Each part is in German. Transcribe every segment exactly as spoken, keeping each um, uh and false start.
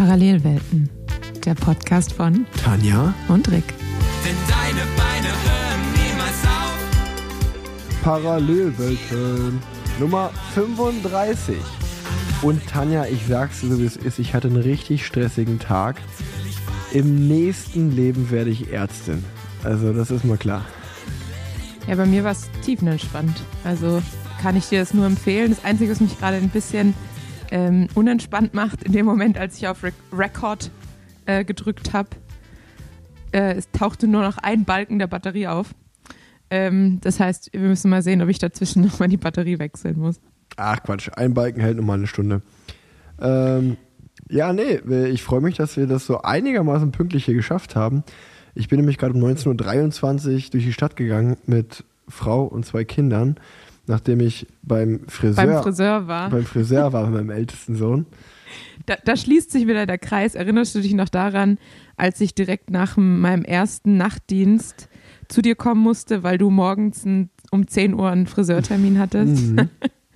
Parallelwelten, der Podcast von Tanja und Rick. Denn deine Beine hören niemals auf. Parallelwelten Nummer fünfunddreißig. Und Tanja, ich sag's dir so wie es ist, ich hatte einen richtig stressigen Tag. Im nächsten Leben werde ich Ärztin. Also das ist mal klar. Ja, bei mir war es tiefenentspannt. Also kann ich dir das nur empfehlen. Das Einzige, was mich gerade ein bisschen ähm, unentspannt macht, in dem Moment, als ich auf Rec- Record äh, gedrückt habe, äh, es tauchte nur noch ein Balken der Batterie auf. Ähm, das heißt, wir müssen mal sehen, ob ich dazwischen nochmal die Batterie wechseln muss. Ach Quatsch, ein Balken hält nur mal eine Stunde. Ähm, ja, nee, ich freue mich, dass wir das so einigermaßen pünktlich hier geschafft haben. Ich bin nämlich gerade um neunzehn Uhr dreiundzwanzig durch die Stadt gegangen mit Frau und zwei Kindern, nachdem ich beim Friseur, beim Friseur war. Beim Friseur war mit meinem ältesten Sohn. Da, da schließt sich wieder der Kreis. Erinnerst du dich noch daran, als ich direkt nach meinem ersten Nachtdienst zu dir kommen musste, weil du morgens ein, um zehn Uhr einen Friseurtermin hattest? Mhm.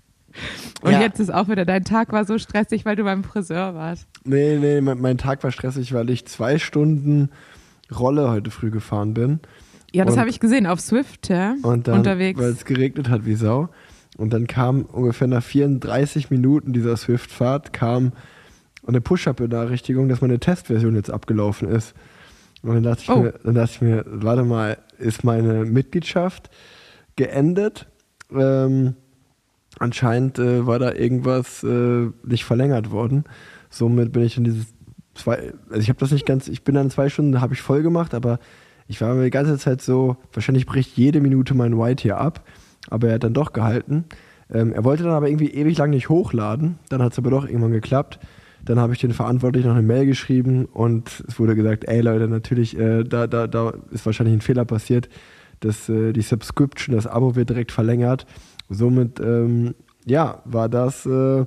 Und ja. Jetzt ist auch wieder, dein Tag war so stressig, weil du beim Friseur warst. Nee, nee, mein, mein Tag war stressig, weil ich zwei Stunden Rolle heute früh gefahren bin. Ja, das habe ich gesehen auf Swift, ja, und dann, unterwegs. Weil es geregnet hat wie Sau. Und dann kam ungefähr nach vierunddreißig Minuten dieser Swift-Fahrt kam eine Push-Up-Benachrichtigung, dass meine Testversion jetzt abgelaufen ist. Und dann dachte ich, oh. mir, dann dachte ich mir, warte mal, ist meine Mitgliedschaft geendet? Ähm, anscheinend äh, war da irgendwas äh, nicht verlängert worden. Somit bin ich in dieses zwei, also ich habe das nicht ganz, ich bin dann zwei Stunden, habe ich voll gemacht, aber ich war mir die ganze Zeit so, wahrscheinlich bricht jede Minute mein White hier ab, aber er hat dann doch gehalten. Ähm, er wollte dann aber irgendwie ewig lang nicht hochladen, dann hat es aber doch irgendwann geklappt. Dann habe ich den Verantwortlichen noch eine Mail geschrieben und es wurde gesagt, ey Leute, natürlich, äh, da, da, da ist wahrscheinlich ein Fehler passiert, dass äh, die Subscription, das Abo wird direkt verlängert. Somit, ähm, ja, war das äh,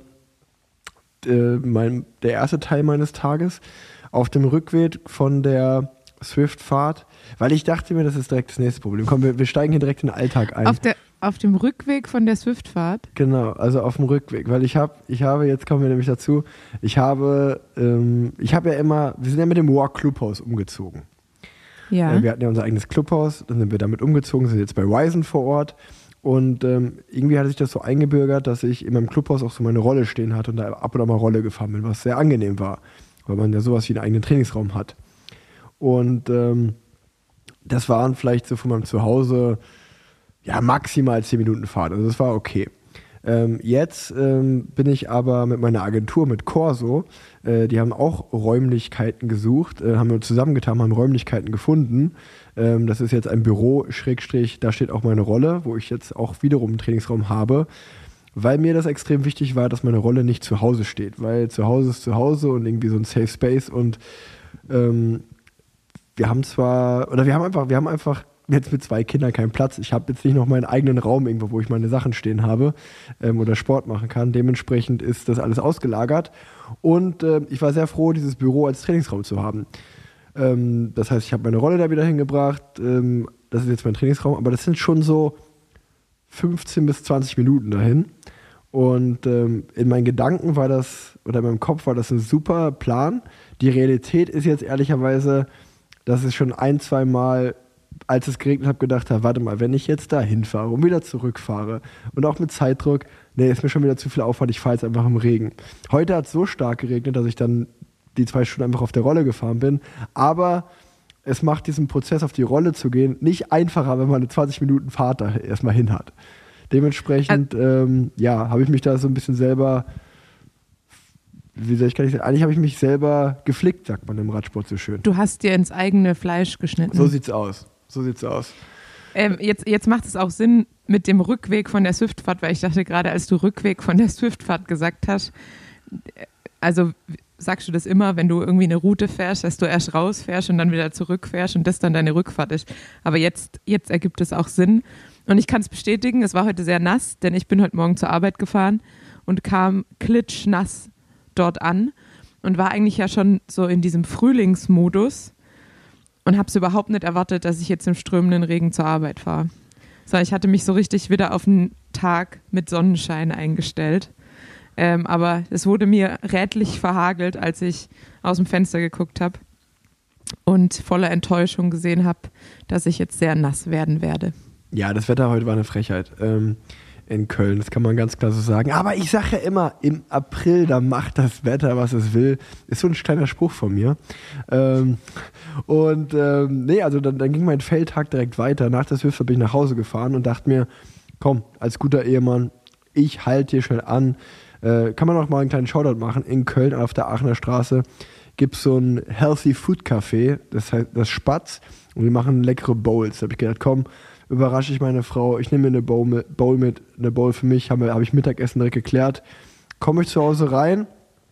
äh, mein, der erste Teil meines Tages. Auf dem Rückweg von der Swift-Fahrt, weil ich dachte mir, das ist direkt das nächste Problem. Komm, wir, wir steigen hier direkt in den Alltag ein. Auf, der, auf dem Rückweg von der Swift-Fahrt? Genau, also auf dem Rückweg, weil ich habe, ich habe, jetzt kommen wir nämlich dazu, ich habe, ähm, ich habe ja immer, wir sind ja mit dem Walk Clubhaus umgezogen. Ja. Äh, wir hatten ja unser eigenes Clubhaus, dann sind wir damit umgezogen, sind jetzt bei Wisen vor Ort und ähm, irgendwie hat sich das so eingebürgert, dass ich in meinem Clubhaus auch so meine Rolle stehen hatte und da ab und an mal Rolle gefahren bin, was sehr angenehm war, weil man ja sowas wie einen eigenen Trainingsraum hat. Und ähm, das waren vielleicht so von meinem Zuhause ja maximal zehn Minuten Fahrt. Also das war okay. Ähm, jetzt ähm, bin ich aber mit meiner Agentur, mit Corso, äh, die haben auch Räumlichkeiten gesucht, äh, haben wir zusammengetan, haben Räumlichkeiten gefunden. Ähm, das ist jetzt ein Büro, Schrägstrich, da steht auch meine Rolle, wo ich jetzt auch wiederum einen Trainingsraum habe. Weil mir das extrem wichtig war, dass meine Rolle nicht zu Hause steht. Weil zu Hause ist zu Hause und irgendwie so ein Safe Space und ähm, wir haben zwar, oder wir haben einfach, wir haben einfach jetzt mit zwei Kindern keinen Platz. Ich habe jetzt nicht noch meinen eigenen Raum irgendwo, wo ich meine Sachen stehen habe ähm, oder Sport machen kann. Dementsprechend ist das alles ausgelagert. Und äh, ich war sehr froh, dieses Büro als Trainingsraum zu haben. Ähm, das heißt, ich habe meine Rolle da wieder hingebracht. Ähm, das ist jetzt mein Trainingsraum. Aber das sind schon so fünfzehn bis zwanzig Minuten dahin. Und ähm, in meinen Gedanken war das, oder in meinem Kopf war das ein super Plan. Die Realität ist jetzt ehrlicherweise, dass ich schon ein, zwei Mal, als es geregnet hat, gedacht habe, warte mal, wenn ich jetzt da hinfahre und wieder zurückfahre und auch mit Zeitdruck, nee, ist mir schon wieder zu viel Aufwand, ich fahre jetzt einfach im Regen. Heute hat es so stark geregnet, dass ich dann die zwei Stunden einfach auf der Rolle gefahren bin, aber es macht diesen Prozess, auf die Rolle zu gehen, nicht einfacher, wenn man eine zwanzig Minuten Fahrt da erstmal hin hat. Dementsprechend, ähm, ja, habe ich mich da so ein bisschen selber, wie soll ich gar nicht sagen, eigentlich habe ich mich selber geflickt, sagt man im Radsport so schön. Du hast dir ins eigene Fleisch geschnitten. So sieht's aus. So sieht's aus. Ähm, jetzt, jetzt macht es auch Sinn mit dem Rückweg von der Swift-Fahrt, weil ich dachte gerade, als du Rückweg von der Swift-Fahrt gesagt hast, also sagst du das immer, wenn du irgendwie eine Route fährst, dass du erst rausfährst und dann wieder zurückfährst und das dann deine Rückfahrt ist. Aber jetzt, jetzt ergibt es auch Sinn. Und ich kann es bestätigen, es war heute sehr nass, denn ich bin heute Morgen zur Arbeit gefahren und kam klitschnass dort an und war eigentlich ja schon so in diesem Frühlingsmodus und habe es überhaupt nicht erwartet, dass ich jetzt im strömenden Regen zur Arbeit fahre. So, ich hatte mich so richtig wieder auf einen Tag mit Sonnenschein eingestellt. Ähm, aber es wurde mir rätlich verhagelt, als ich aus dem Fenster geguckt habe und voller Enttäuschung gesehen habe, dass ich jetzt sehr nass werden werde. Ja, das Wetter heute war eine Frechheit ähm, in Köln, das kann man ganz klar so sagen. Aber ich sage ja immer, im April, da macht das Wetter, was es will. Ist so ein kleiner Spruch von mir. Ähm, und ähm, nee, also dann, dann ging mein Feldtag direkt weiter. Nach der Swift bin ich nach Hause gefahren und dachte mir, komm, als guter Ehemann, ich halte hier schnell an. Äh, kann man auch mal einen kleinen Shoutout machen. In Köln auf der Aachener Straße gibt es so ein Healthy Food Café, das heißt das Spatz, und die machen leckere Bowls. Da habe ich gedacht, komm, überrasche ich meine Frau, ich nehme mir eine Bowl mit, Bowl mit, eine Bowl für mich, habe hab ich Mittagessen direkt geklärt. Komme ich zu Hause rein,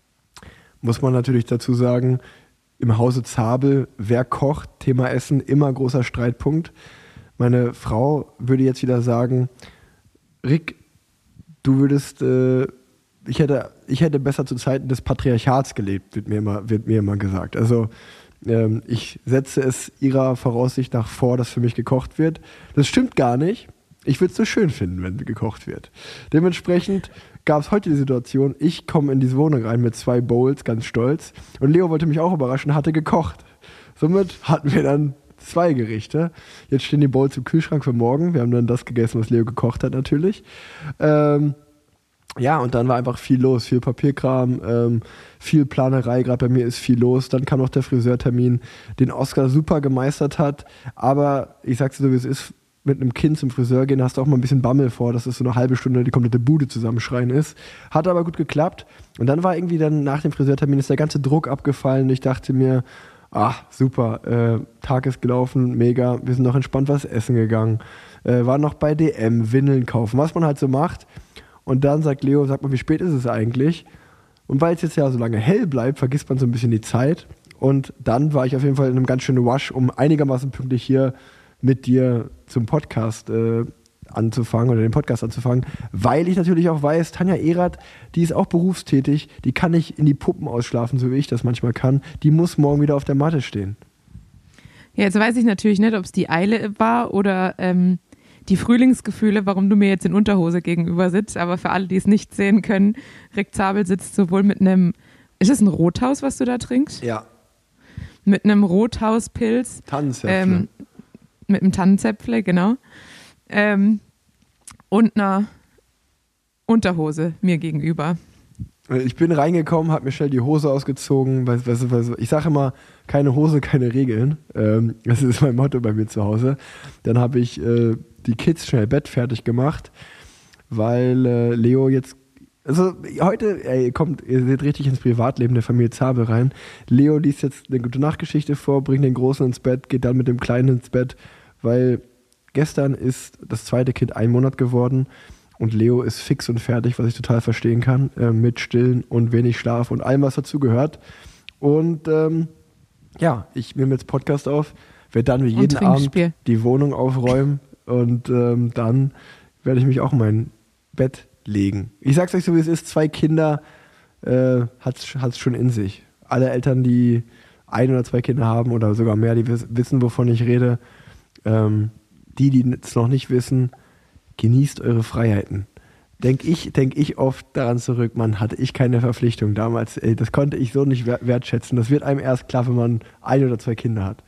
muss man natürlich dazu sagen, im Hause Zabel, wer kocht, Thema Essen, immer großer Streitpunkt. Meine Frau würde jetzt wieder sagen, Rick, du würdest, äh, ich hätte, ich hätte besser zu Zeiten des Patriarchats gelebt, wird mir immer, wird mir immer gesagt. Also ähm, ich setze es ihrer Voraussicht nach vor, dass für mich gekocht wird. Das stimmt gar nicht. Ich würde es so schön finden, wenn gekocht wird. Dementsprechend gab es heute die Situation, ich komme in diese Wohnung rein mit zwei Bowls, ganz stolz. Und Leo wollte mich auch überraschen, hatte gekocht. Somit hatten wir dann zwei Gerichte. Jetzt stehen die Bowls im Kühlschrank für morgen. Wir haben dann das gegessen, was Leo gekocht hat natürlich. Ähm, ja, und dann war einfach viel los, viel Papierkram, ähm, viel Planerei, gerade bei mir ist viel los. Dann kam noch der Friseurtermin, den Oscar super gemeistert hat. Aber ich sag's dir so, wie es ist, mit einem Kind zum Friseur gehen, hast du auch mal ein bisschen Bammel vor, dass es so eine halbe Stunde die komplette Bude zusammenschreien ist. Hat aber gut geklappt. Und dann war irgendwie dann nach dem Friseurtermin ist der ganze Druck abgefallen. Ich dachte mir, ach, super, äh, Tag ist gelaufen, mega. Wir sind noch entspannt was essen gegangen. Äh, waren noch bei D M, Windeln kaufen, was man halt so macht. Und dann sagt Leo, sag mal, wie spät ist es eigentlich? Und weil es jetzt ja so lange hell bleibt, vergisst man so ein bisschen die Zeit. Und dann war ich auf jeden Fall in einem ganz schönen Rush, um einigermaßen pünktlich hier mit dir zum Podcast äh, anzufangen oder den Podcast anzufangen, weil ich natürlich auch weiß, Tanja Erath, die ist auch berufstätig, die kann nicht in die Puppen ausschlafen, so wie ich das manchmal kann. Die muss morgen wieder auf der Matte stehen. Ja, jetzt weiß ich natürlich nicht, ob es die Eile war oder ähm, die Frühlingsgefühle, warum du mir jetzt in Unterhose gegenüber sitzt, aber für alle, die es nicht sehen können, Rick Zabel sitzt sowohl mit einem, ist es ein Rothaus, was du da trinkst? Ja. Mit einem Rothauspilz. Tannenzäpfle. Ähm, mit einem Tannenzäpfle, genau. Ähm, und einer Unterhose mir gegenüber. Ich bin reingekommen, habe mir schnell die Hose ausgezogen. Weil, weil, weil, ich sage immer, keine Hose, keine Regeln. Ähm, das ist mein Motto bei mir zu Hause. Dann habe ich äh, die Kids schnell Bett fertig gemacht, weil äh, Leo jetzt, also heute, ey, kommt, ihr seht richtig ins Privatleben der Familie Zabel rein. Leo liest jetzt eine gute Nachtgeschichte vor, bringt den Großen ins Bett, geht dann mit dem Kleinen ins Bett, weil gestern ist das zweite Kind ein Monat geworden und Leo ist fix und fertig, was ich total verstehen kann, äh, mit Stillen und wenig Schlaf und allem, was dazu gehört. Und ähm, ja, ich nehme jetzt Podcast auf, werde dann wie jeden Abend die Wohnung aufräumen und ähm, dann werde ich mich auch in mein Bett legen. Ich sag's euch so, wie es ist, zwei Kinder äh, hat's, hat's schon in sich. Alle Eltern, die ein oder zwei Kinder haben oder sogar mehr, die wissen, wovon ich rede. Ähm, die, die es noch nicht wissen, genießt eure Freiheiten. Denk ich, denk ich oft daran zurück, man hatte ich keine Verpflichtung damals. Ey, das konnte ich so nicht wertschätzen. Das wird einem erst klar, wenn man ein oder zwei Kinder hat.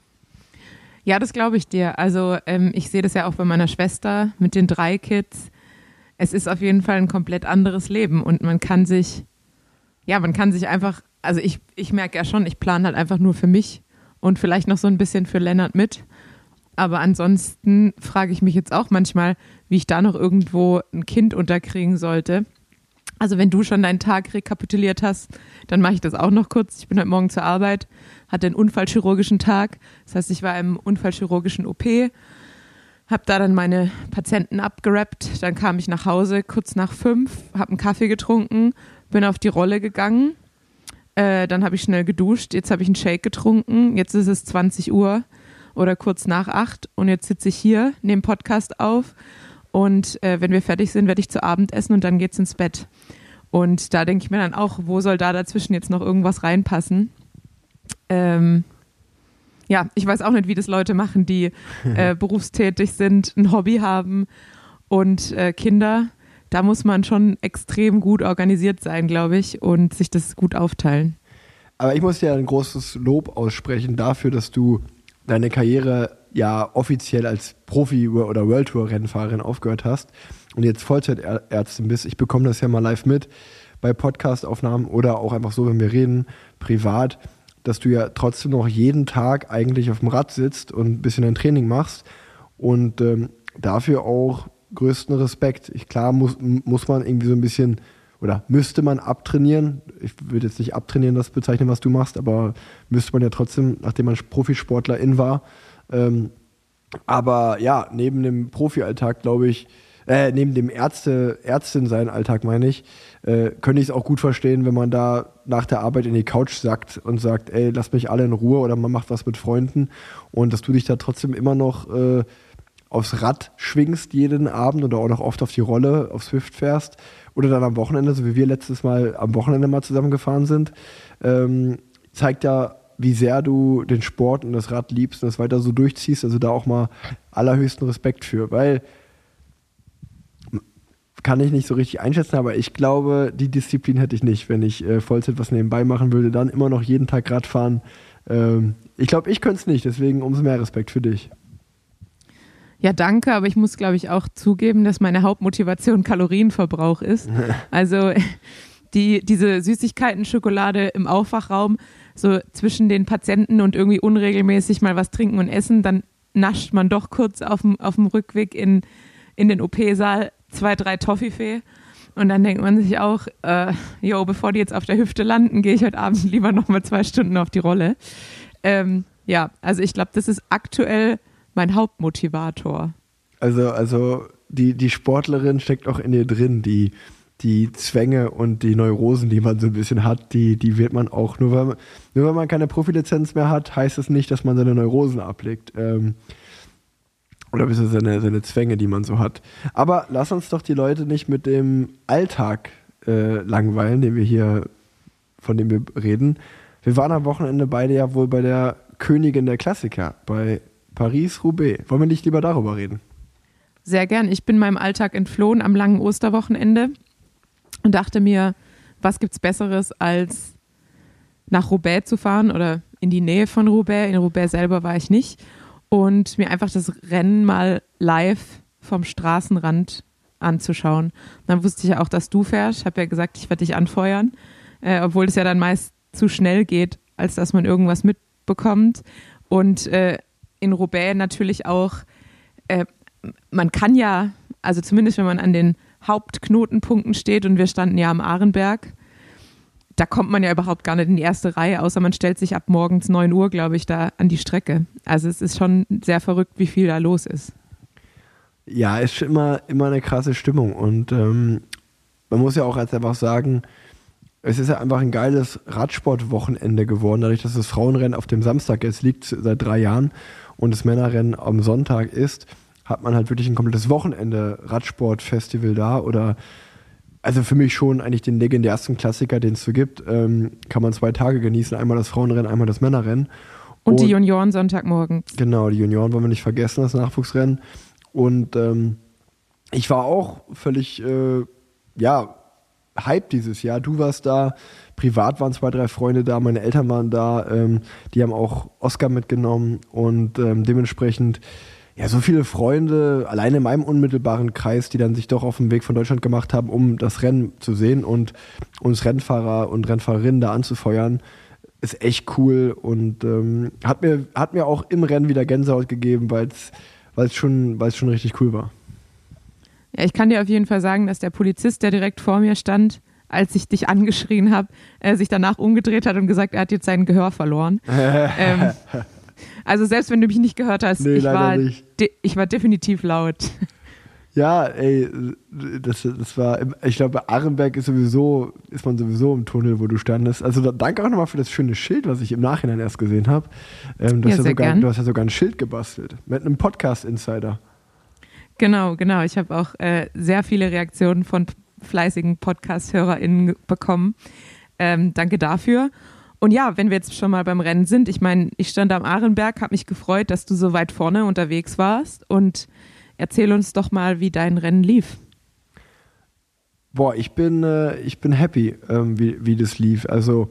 Ja, das glaube ich dir. Also ähm, ich sehe das ja auch bei meiner Schwester mit den drei Kids. Es ist auf jeden Fall ein komplett anderes Leben und man kann sich, ja, man kann sich einfach, also ich, ich merke ja schon, ich plane halt einfach nur für mich und vielleicht noch so ein bisschen für Lennart mit. Aber ansonsten frage ich mich jetzt auch manchmal, wie ich da noch irgendwo ein Kind unterkriegen sollte. Also wenn du schon deinen Tag rekapituliert hast, dann mache ich das auch noch kurz. Ich bin heute Morgen zur Arbeit, hatte einen unfallchirurgischen Tag. Das heißt, ich war im unfallchirurgischen O P, habe da dann meine Patienten abgerappt. Dann kam ich nach Hause kurz nach fünf, habe einen Kaffee getrunken, bin auf die Rolle gegangen. Äh, dann habe ich schnell geduscht. Jetzt habe ich einen Shake getrunken. Jetzt ist es zwanzig Uhr. Oder kurz nach acht und jetzt sitze ich hier, nehme Podcast auf und äh, wenn wir fertig sind, werde ich zu Abend essen und dann geht's ins Bett. Und da denke ich mir dann auch, wo soll da dazwischen jetzt noch irgendwas reinpassen? Ähm, ja, ich weiß auch nicht, wie das Leute machen, die äh, berufstätig sind, ein Hobby haben und äh, Kinder. da muss man schon extrem gut organisiert sein, glaube ich, und sich das gut aufteilen. Aber ich muss dir ein großes Lob aussprechen dafür, dass du deine Karriere ja offiziell als Profi- oder World Tour Rennfahrerin aufgehört hast und jetzt Vollzeitärztin bist. Ich bekomme das ja mal live mit bei Podcast-Aufnahmen oder auch einfach so, wenn wir reden, privat, dass du ja trotzdem noch jeden Tag eigentlich auf dem Rad sitzt und ein bisschen dein Training machst und ähm, dafür auch größten Respekt. Ich, klar muss, muss man irgendwie so ein bisschen oder müsste man abtrainieren. Ich würde jetzt nicht abtrainieren, das bezeichnen, was du machst, aber müsste man ja trotzdem, nachdem man Profisportlerin war. Ähm, aber ja, neben dem Profi-Alltag, glaube ich, äh, neben dem Ärzte, Ärztin-Sein-Alltag, meine ich, äh, könnte ich es auch gut verstehen, wenn man da nach der Arbeit in die Couch sackt und sagt, ey, lass mich alle in Ruhe oder man macht was mit Freunden und dass du dich da trotzdem immer noch äh, aufs Rad schwingst jeden Abend oder auch noch oft auf die Rolle, auf Swift fährst oder dann am Wochenende, so wie wir letztes Mal am Wochenende mal zusammengefahren sind, ähm, zeigt ja, wie sehr du den Sport und das Rad liebst und das weiter so durchziehst. Also da auch mal allerhöchsten Respekt für, weil kann ich nicht so richtig einschätzen, aber ich glaube, die Disziplin hätte ich nicht, wenn ich äh, Vollzeit was nebenbei machen würde, dann immer noch jeden Tag Rad fahren. Ähm, ich glaube, ich könnte es nicht, deswegen umso mehr Respekt für dich. Ja, danke, aber ich muss, glaube ich, auch zugeben, dass meine Hauptmotivation Kalorienverbrauch ist. Also die, diese Süßigkeiten-Schokolade im Aufwachraum, so zwischen den Patienten und irgendwie unregelmäßig mal was trinken und essen, dann nascht man doch kurz auf dem, auf dem Rückweg in, in den O P-Saal zwei, drei Toffifee und dann denkt man sich auch, äh, jo, bevor die jetzt auf der Hüfte landen, gehe ich heute Abend lieber nochmal zwei Stunden auf die Rolle. Ähm, ja, also ich glaube, das ist aktuell mein Hauptmotivator. Also, also die, die Sportlerin steckt auch in dir drin, die, die Zwänge und die Neurosen, die man so ein bisschen hat, die, die wird man auch, nur weil man, nur weil man keine Profilizenz mehr hat, heißt es nicht, dass man seine Neurosen ablegt. Ähm, oder bis seine, seine Zwänge, die man so hat. Aber lass uns doch die Leute nicht mit dem Alltag äh, langweilen, den wir hier, von dem wir reden. Wir waren am Wochenende beide ja wohl bei der Königin der Klassiker, bei Paris-Roubaix. Wollen wir nicht lieber darüber reden? Sehr gern. Ich bin meinem Alltag entflohen am langen Osterwochenende und dachte mir, was gibt's Besseres, als nach Roubaix zu fahren oder in die Nähe von Roubaix. In Roubaix selber war ich nicht. Und mir einfach das Rennen mal live vom Straßenrand anzuschauen. Und dann wusste ich ja auch, dass du fährst. Ich habe ja gesagt, ich werde dich anfeuern, äh, obwohl es ja dann meist zu schnell geht, als dass man irgendwas mitbekommt. Und äh, in Roubaix natürlich auch, äh, man kann ja, also zumindest wenn man an den Hauptknotenpunkten steht und wir standen ja am Ahrenberg, da kommt man ja überhaupt gar nicht in die erste Reihe, außer man stellt sich ab morgens neun Uhr, glaube ich, da an die Strecke. Also es ist schon sehr verrückt, wie viel da los ist. Ja, ist immer, immer eine krasse Stimmung und ähm, man muss ja auch jetzt einfach sagen, es ist ja einfach ein geiles Radsportwochenende geworden, dadurch, dass das Frauenrennen auf dem Samstag jetzt liegt seit drei Jahren und das Männerrennen am Sonntag ist, hat man halt wirklich ein komplettes Wochenende Radsportfestival da oder also für mich schon eigentlich den legendärsten Klassiker, den es so gibt. Ähm, kann man zwei Tage genießen, einmal das Frauenrennen, einmal das Männerrennen. Und, und die Junioren Sonntagmorgens. Genau, die Junioren wollen wir nicht vergessen, das Nachwuchsrennen. Und ähm, ich war auch völlig, äh, ja, hyped dieses Jahr. Du warst da, privat waren zwei, drei Freunde da, meine Eltern waren da, ähm, die haben auch Oscar mitgenommen und ähm, dementsprechend ja, so viele Freunde, alleine in meinem unmittelbaren Kreis, die dann sich doch auf den Weg von Deutschland gemacht haben, um das Rennen zu sehen und uns Rennfahrer und Rennfahrerinnen da anzufeuern, ist echt cool und ähm, hat mir, hat mir auch im Rennen wieder Gänsehaut gegeben, weil es schon, weil's schon richtig cool war. Ja, ich kann dir auf jeden Fall sagen, dass der Polizist, der direkt vor mir stand, als ich dich angeschrien habe, äh, sich danach umgedreht hat und gesagt, er hat jetzt sein Gehör verloren. ähm, Also selbst wenn du mich nicht gehört hast, nee, ich, war de- ich war definitiv laut. Ja, ey, das, das war, ich glaube, Ahrenberg ist sowieso, ist man sowieso im Tunnel, wo du standest. Also da, danke auch nochmal für das schöne Schild, was ich im Nachhinein erst gesehen habe. Ähm, du, ja, hast ja sogar, du hast ja sogar ein Schild gebastelt mit einem Podcast-Insider. Genau, genau. Ich habe auch äh, sehr viele Reaktionen von fleißigen Podcast-HörerInnen bekommen. Ähm, danke dafür. Und ja, wenn wir jetzt schon mal beim Rennen sind, ich meine, ich stand am Ahrenberg, habe mich gefreut, dass du so weit vorne unterwegs warst und erzähl uns doch mal, wie dein Rennen lief. boah, ich bin, äh, ich bin happy, ähm, wie, wie das lief. Also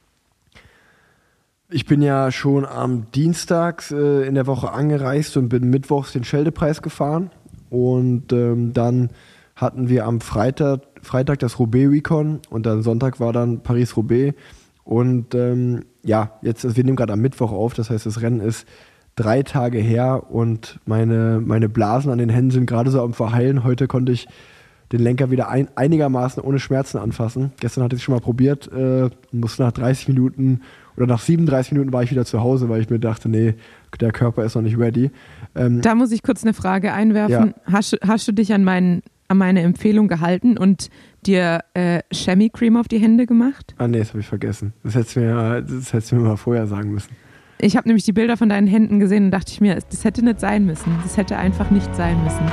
ich bin ja schon am Dienstag äh, in der Woche angereist und bin mittwochs den Scheldepreis gefahren. Und ähm, dann hatten wir am Freitag, Freitag das Roubaix Recon und dann Sonntag war dann Paris-Roubaix. Und ähm, ja, jetzt, also wir nehmen gerade am Mittwoch auf, das heißt, das Rennen ist drei Tage her und meine, meine Blasen an den Händen sind gerade so am Verheilen. Heute konnte ich den Lenker wieder ein, einigermaßen ohne Schmerzen anfassen. Gestern hatte ich es schon mal probiert äh, und musste nach dreißig Minuten oder nach siebenunddreißig Minuten war ich wieder zu Hause, weil ich mir dachte, nee, der Körper ist noch nicht ready. Ähm, da muss ich kurz eine Frage einwerfen. Ja. Hast, hast du dich an, mein, an meine Empfehlung gehalten und dir äh, Chamois Cream auf die Hände gemacht? Ah nee, das habe ich vergessen. Das hättest du mir, das hättest du mir mal vorher sagen müssen. Ich habe nämlich die Bilder von deinen Händen gesehen und dachte ich mir, das hätte nicht sein müssen. Das hätte einfach nicht sein müssen.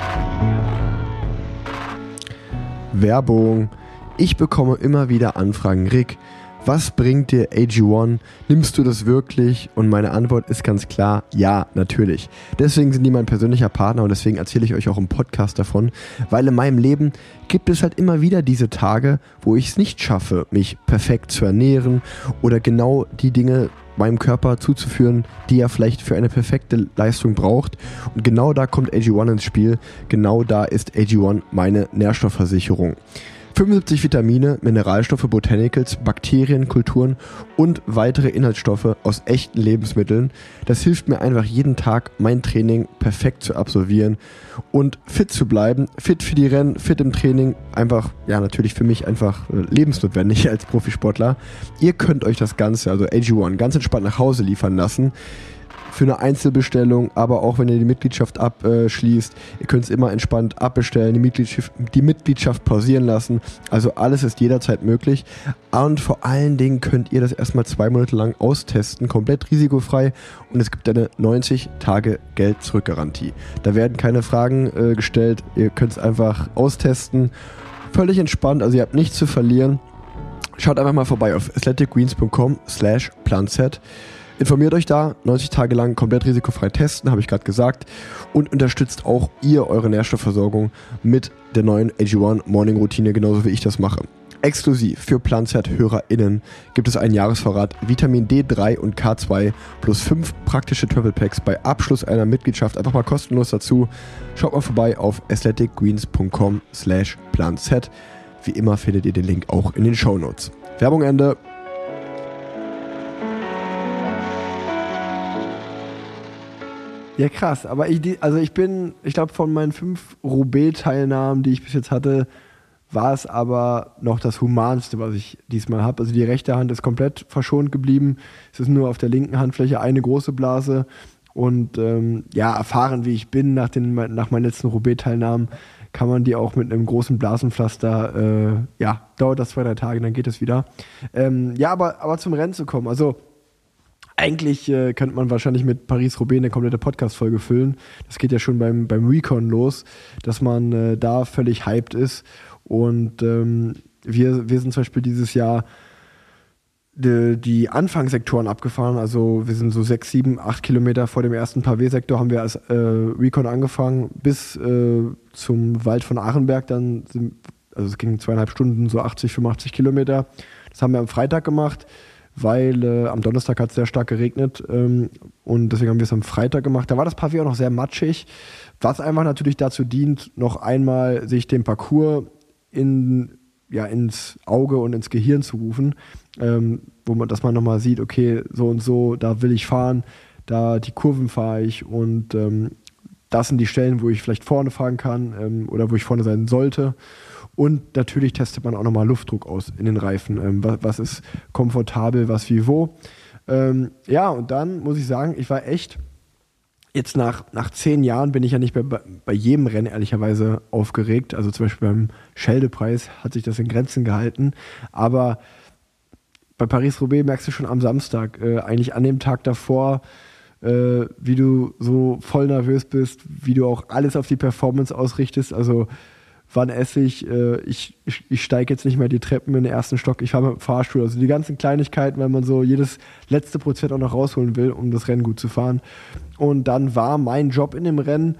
Werbung. Ich bekomme immer wieder Anfragen. Rick, was bringt dir A G eins? Nimmst du das wirklich? Und meine Antwort ist ganz klar, ja, natürlich. Deswegen sind die mein persönlicher Partner und deswegen erzähle ich euch auch im Podcast davon, weil in meinem Leben gibt es halt immer wieder diese Tage, wo ich es nicht schaffe, mich perfekt zu ernähren oder genau die Dinge meinem Körper zuzuführen, die er vielleicht für eine perfekte Leistung braucht. Und genau da kommt A G eins ins Spiel. Genau da ist A G eins meine Nährstoffversicherung. fünfundsiebzig Vitamine, Mineralstoffe, Botanicals, Bakterien, Kulturen und weitere Inhaltsstoffe aus echten Lebensmitteln. Das hilft mir einfach jeden Tag, mein Training perfekt zu absolvieren und fit zu bleiben. Fit für die Rennen, fit im Training. Einfach, ja, natürlich für mich einfach lebensnotwendig als Profisportler. Ihr könnt euch das Ganze, also A G eins, ganz entspannt nach Hause liefern lassen. Für eine Einzelbestellung, aber auch wenn ihr die Mitgliedschaft abschließt, ihr könnt es immer entspannt abbestellen, die Mitgliedschaft, die Mitgliedschaft pausieren lassen. Also alles ist jederzeit möglich. Und vor allen Dingen könnt ihr das erstmal zwei Monate lang austesten, komplett risikofrei. Und es gibt eine neunzig Tage Geld-Zurück-Garantie. Da werden keine Fragen äh, gestellt. Ihr könnt es einfach austesten. Völlig entspannt, also ihr habt nichts zu verlieren. Schaut einfach mal vorbei auf athleticgreens.com slash planset. Informiert euch da, neunzig Tage lang komplett risikofrei testen, habe ich gerade gesagt. Und unterstützt auch ihr eure Nährstoffversorgung mit der neuen A G eins Morning Routine, genauso wie ich das mache. Exklusiv für PlanZ-HörerInnen gibt es einen Jahresvorrat Vitamin D drei und K zwei plus fünf praktische Travel Packs bei Abschluss einer Mitgliedschaft. Einfach mal kostenlos dazu. Schaut mal vorbei auf athleticgreens.com slash planz. Wie immer findet ihr den Link auch in den Shownotes. Werbung Ende. Ja, krass. Aber ich, also ich bin, ich glaube, von meinen fünf Roubaix-Teilnahmen, die ich bis jetzt hatte, war es aber noch das Humanste, was ich diesmal habe. Also die rechte Hand ist komplett verschont geblieben. Es ist nur auf der linken Handfläche eine große Blase. Und ähm, ja, erfahren wie ich bin nach, den, nach meinen letzten Roubaix-Teilnahmen, kann man die auch mit einem großen Blasenpflaster, äh, ja, dauert das zwei, drei Tage, dann geht es wieder. Ähm, ja, aber, aber zum Rennen zu kommen. Also eigentlich äh, könnte man wahrscheinlich mit Paris-Roubaix eine komplette Podcast-Folge füllen. Das geht ja schon beim, beim Recon los, dass man äh, da völlig hyped ist. Und ähm, wir, wir sind zum Beispiel dieses Jahr die, die Anfangssektoren abgefahren. Also wir sind so sechs, sieben, acht Kilometer vor dem ersten Pavé-Sektor haben wir als äh, Recon angefangen bis äh, zum Wald von Arenberg. Dann sind, also es ging zweieinhalb Stunden, so achtzig, fünfundachtzig Kilometer. Das haben wir am Freitag gemacht, weil äh, am Donnerstag hat es sehr stark geregnet ähm, und deswegen haben wir es am Freitag gemacht. Da war das Pavé auch noch sehr matschig, was einfach natürlich dazu dient, noch einmal sich den Parcours in, ja, ins Auge und ins Gehirn zu rufen, ähm, wo man, dass man nochmal sieht, okay, so und so, da will ich fahren, da die Kurven fahre ich und ähm, das sind die Stellen, wo ich vielleicht vorne fahren kann ähm, oder wo ich vorne sein sollte. Und natürlich testet man auch nochmal Luftdruck aus in den Reifen. Ähm, was, was ist komfortabel, was wie wo. Ähm, ja, und dann muss ich sagen, ich war echt, jetzt nach, nach zehn Jahren bin ich ja nicht mehr bei, bei jedem Rennen ehrlicherweise aufgeregt. Also zum Beispiel beim Scheldepreis hat sich das in Grenzen gehalten. Aber bei Paris-Roubaix merkst du schon am Samstag, äh, eigentlich an dem Tag davor, äh, wie du so voll nervös bist, wie du auch alles auf die Performance ausrichtest. Also wann esse ich, äh, ich, ich, ich steige jetzt nicht mehr die Treppen in den ersten Stock, ich fahre mit dem Fahrstuhl. Also die ganzen Kleinigkeiten, weil man so jedes letzte Prozent auch noch rausholen will, um das Rennen gut zu fahren. Und dann war mein Job in dem Rennen,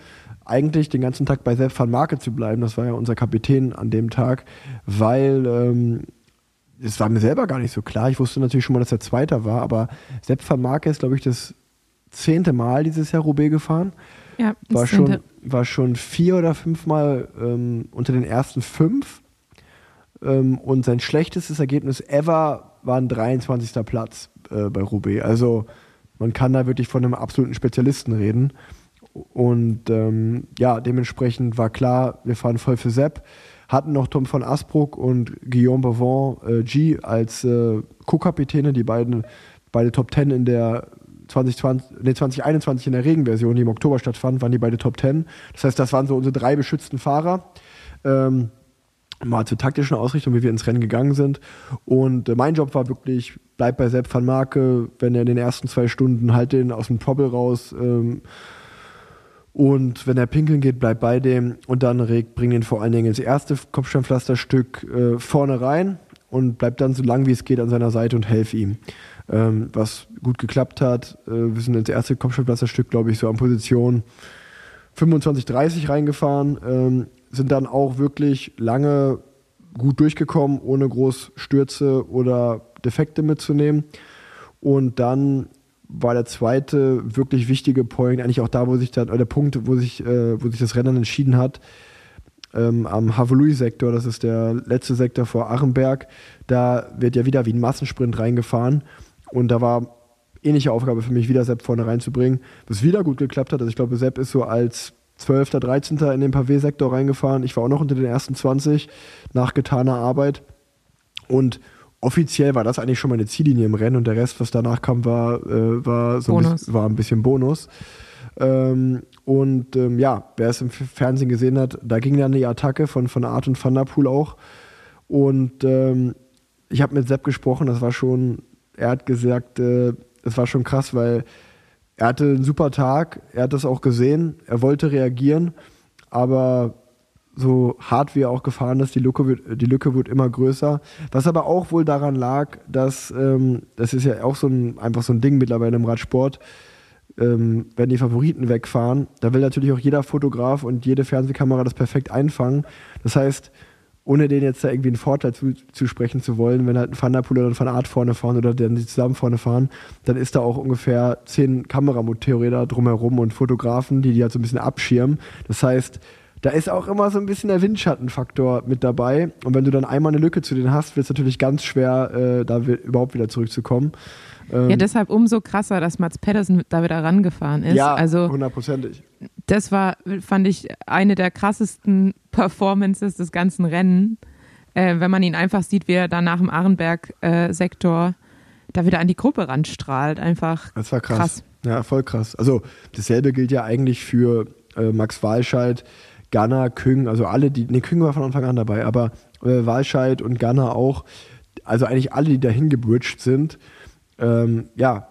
eigentlich den ganzen Tag bei Sepp van Marke zu bleiben. Das war ja unser Kapitän an dem Tag, weil ähm, es war mir selber gar nicht so klar. Ich wusste natürlich schon mal, dass er Zweiter war, aber Sepp van Marke ist, glaube ich, das zehnte Mal dieses Jahr Roubaix gefahren. Ja, war schon, war schon vier oder fünf Mal ähm, unter den ersten fünf. Ähm, und sein schlechtestes Ergebnis ever war ein dreiundzwanzigster Platz äh, bei Roubaix. Also man kann da wirklich von einem absoluten Spezialisten reden. Und ähm, ja, dementsprechend war klar, wir fahren voll für Sepp. Hatten noch Tom von Asbrook und Guillaume Bavon äh, G als äh, Co-Kapitäne, die beiden beide Top Ten in der zwanzig zwanzig, nee, zwanzig einundzwanzig in der Regenversion, die im Oktober stattfand, waren die beide Top Ten. Das heißt, das waren so unsere drei beschützten Fahrer. Ähm, mal zur taktischen Ausrichtung, wie wir ins Rennen gegangen sind. Und äh, mein Job war wirklich, bleib bei Sepp van Marke, wenn er in den ersten zwei Stunden halt den aus dem Trouble raus ähm, und wenn er pinkeln geht, bleib bei dem und dann reg, bring den vor allen Dingen ins erste Kopfsteinpflasterstück äh, vorne rein und bleib dann so lang wie es geht an seiner Seite und helf ihm. Ähm, was gut geklappt hat. Äh, wir sind ins erste Kopfsteinpflasterstück, glaube ich, so an Position fünfundzwanzig dreißig reingefahren, ähm, sind dann auch wirklich lange gut durchgekommen, ohne groß Stürze oder Defekte mitzunehmen. Und dann war der zweite wirklich wichtige Point, eigentlich auch da, wo sich dann, oder der Punkt, wo sich, äh, wo sich das Rennen entschieden hat, ähm, am Haveluy-Sektor, das ist der letzte Sektor vor Arenberg, da wird ja wieder wie ein Massensprint reingefahren und da war ähnliche Aufgabe für mich, wieder Sepp vorne reinzubringen, was wieder gut geklappt hat. Also ich glaube, Sepp ist so als zwölfter, dreizehnter in den Pavé-Sektor reingefahren. Ich war auch noch unter den ersten zwanzig nach getaner Arbeit und offiziell war das eigentlich schon meine Ziellinie im Rennen und der Rest, was danach kam, war, äh, war, so ein bisschen, war ein bisschen Bonus. Ähm, und ähm, ja, wer es im Fernsehen gesehen hat, da ging dann die Attacke von, von Art und Van der Poel auch. Und ähm, ich habe mit Sepp gesprochen, das war schon, er hat gesagt, äh, das war schon krass, weil er hatte einen super Tag, er hat das auch gesehen, er wollte reagieren, aber so hart wie er auch gefahren ist, die Lücke wird, die Lücke wird immer größer. Was aber auch wohl daran lag, dass, ähm, das ist ja auch so ein, einfach so ein Ding mittlerweile im Radsport, ähm, wenn die Favoriten wegfahren, da will natürlich auch jeder Fotograf und jede Fernsehkamera das perfekt einfangen. Das heißt, ohne denen jetzt da irgendwie einen Vorteil zu, zu sprechen zu wollen, wenn halt ein Van der Poel oder ein Van Aert vorne fahren oder dann die zusammen vorne fahren, dann ist da auch ungefähr zehn Kameramotorräder drumherum und Fotografen, die die halt so ein bisschen abschirmen. Das heißt, da ist auch immer so ein bisschen der Windschattenfaktor mit dabei. Und wenn du dann einmal eine Lücke zu denen hast, wird es natürlich ganz schwer, äh, da w- überhaupt wieder zurückzukommen. Ähm, ja, deshalb umso krasser, dass Mats Pedersen da wieder rangefahren ist. Ja, also, hundertprozentig. Das war, fand ich, eine der krassesten Performances des ganzen Rennen. Äh, wenn man ihn einfach sieht, wie er da nach dem Arenberg-Sektor äh, da wieder an die Gruppe ranstrahlt. Einfach das war krass. krass. Ja, voll krass. Also dasselbe gilt ja eigentlich für äh, Max Walscheid, Ganna, Küng, also alle, die, ne, Küng war von Anfang an dabei, aber äh, Walscheid und Ganna auch, also eigentlich alle, die dahin gebridged sind, ähm, ja,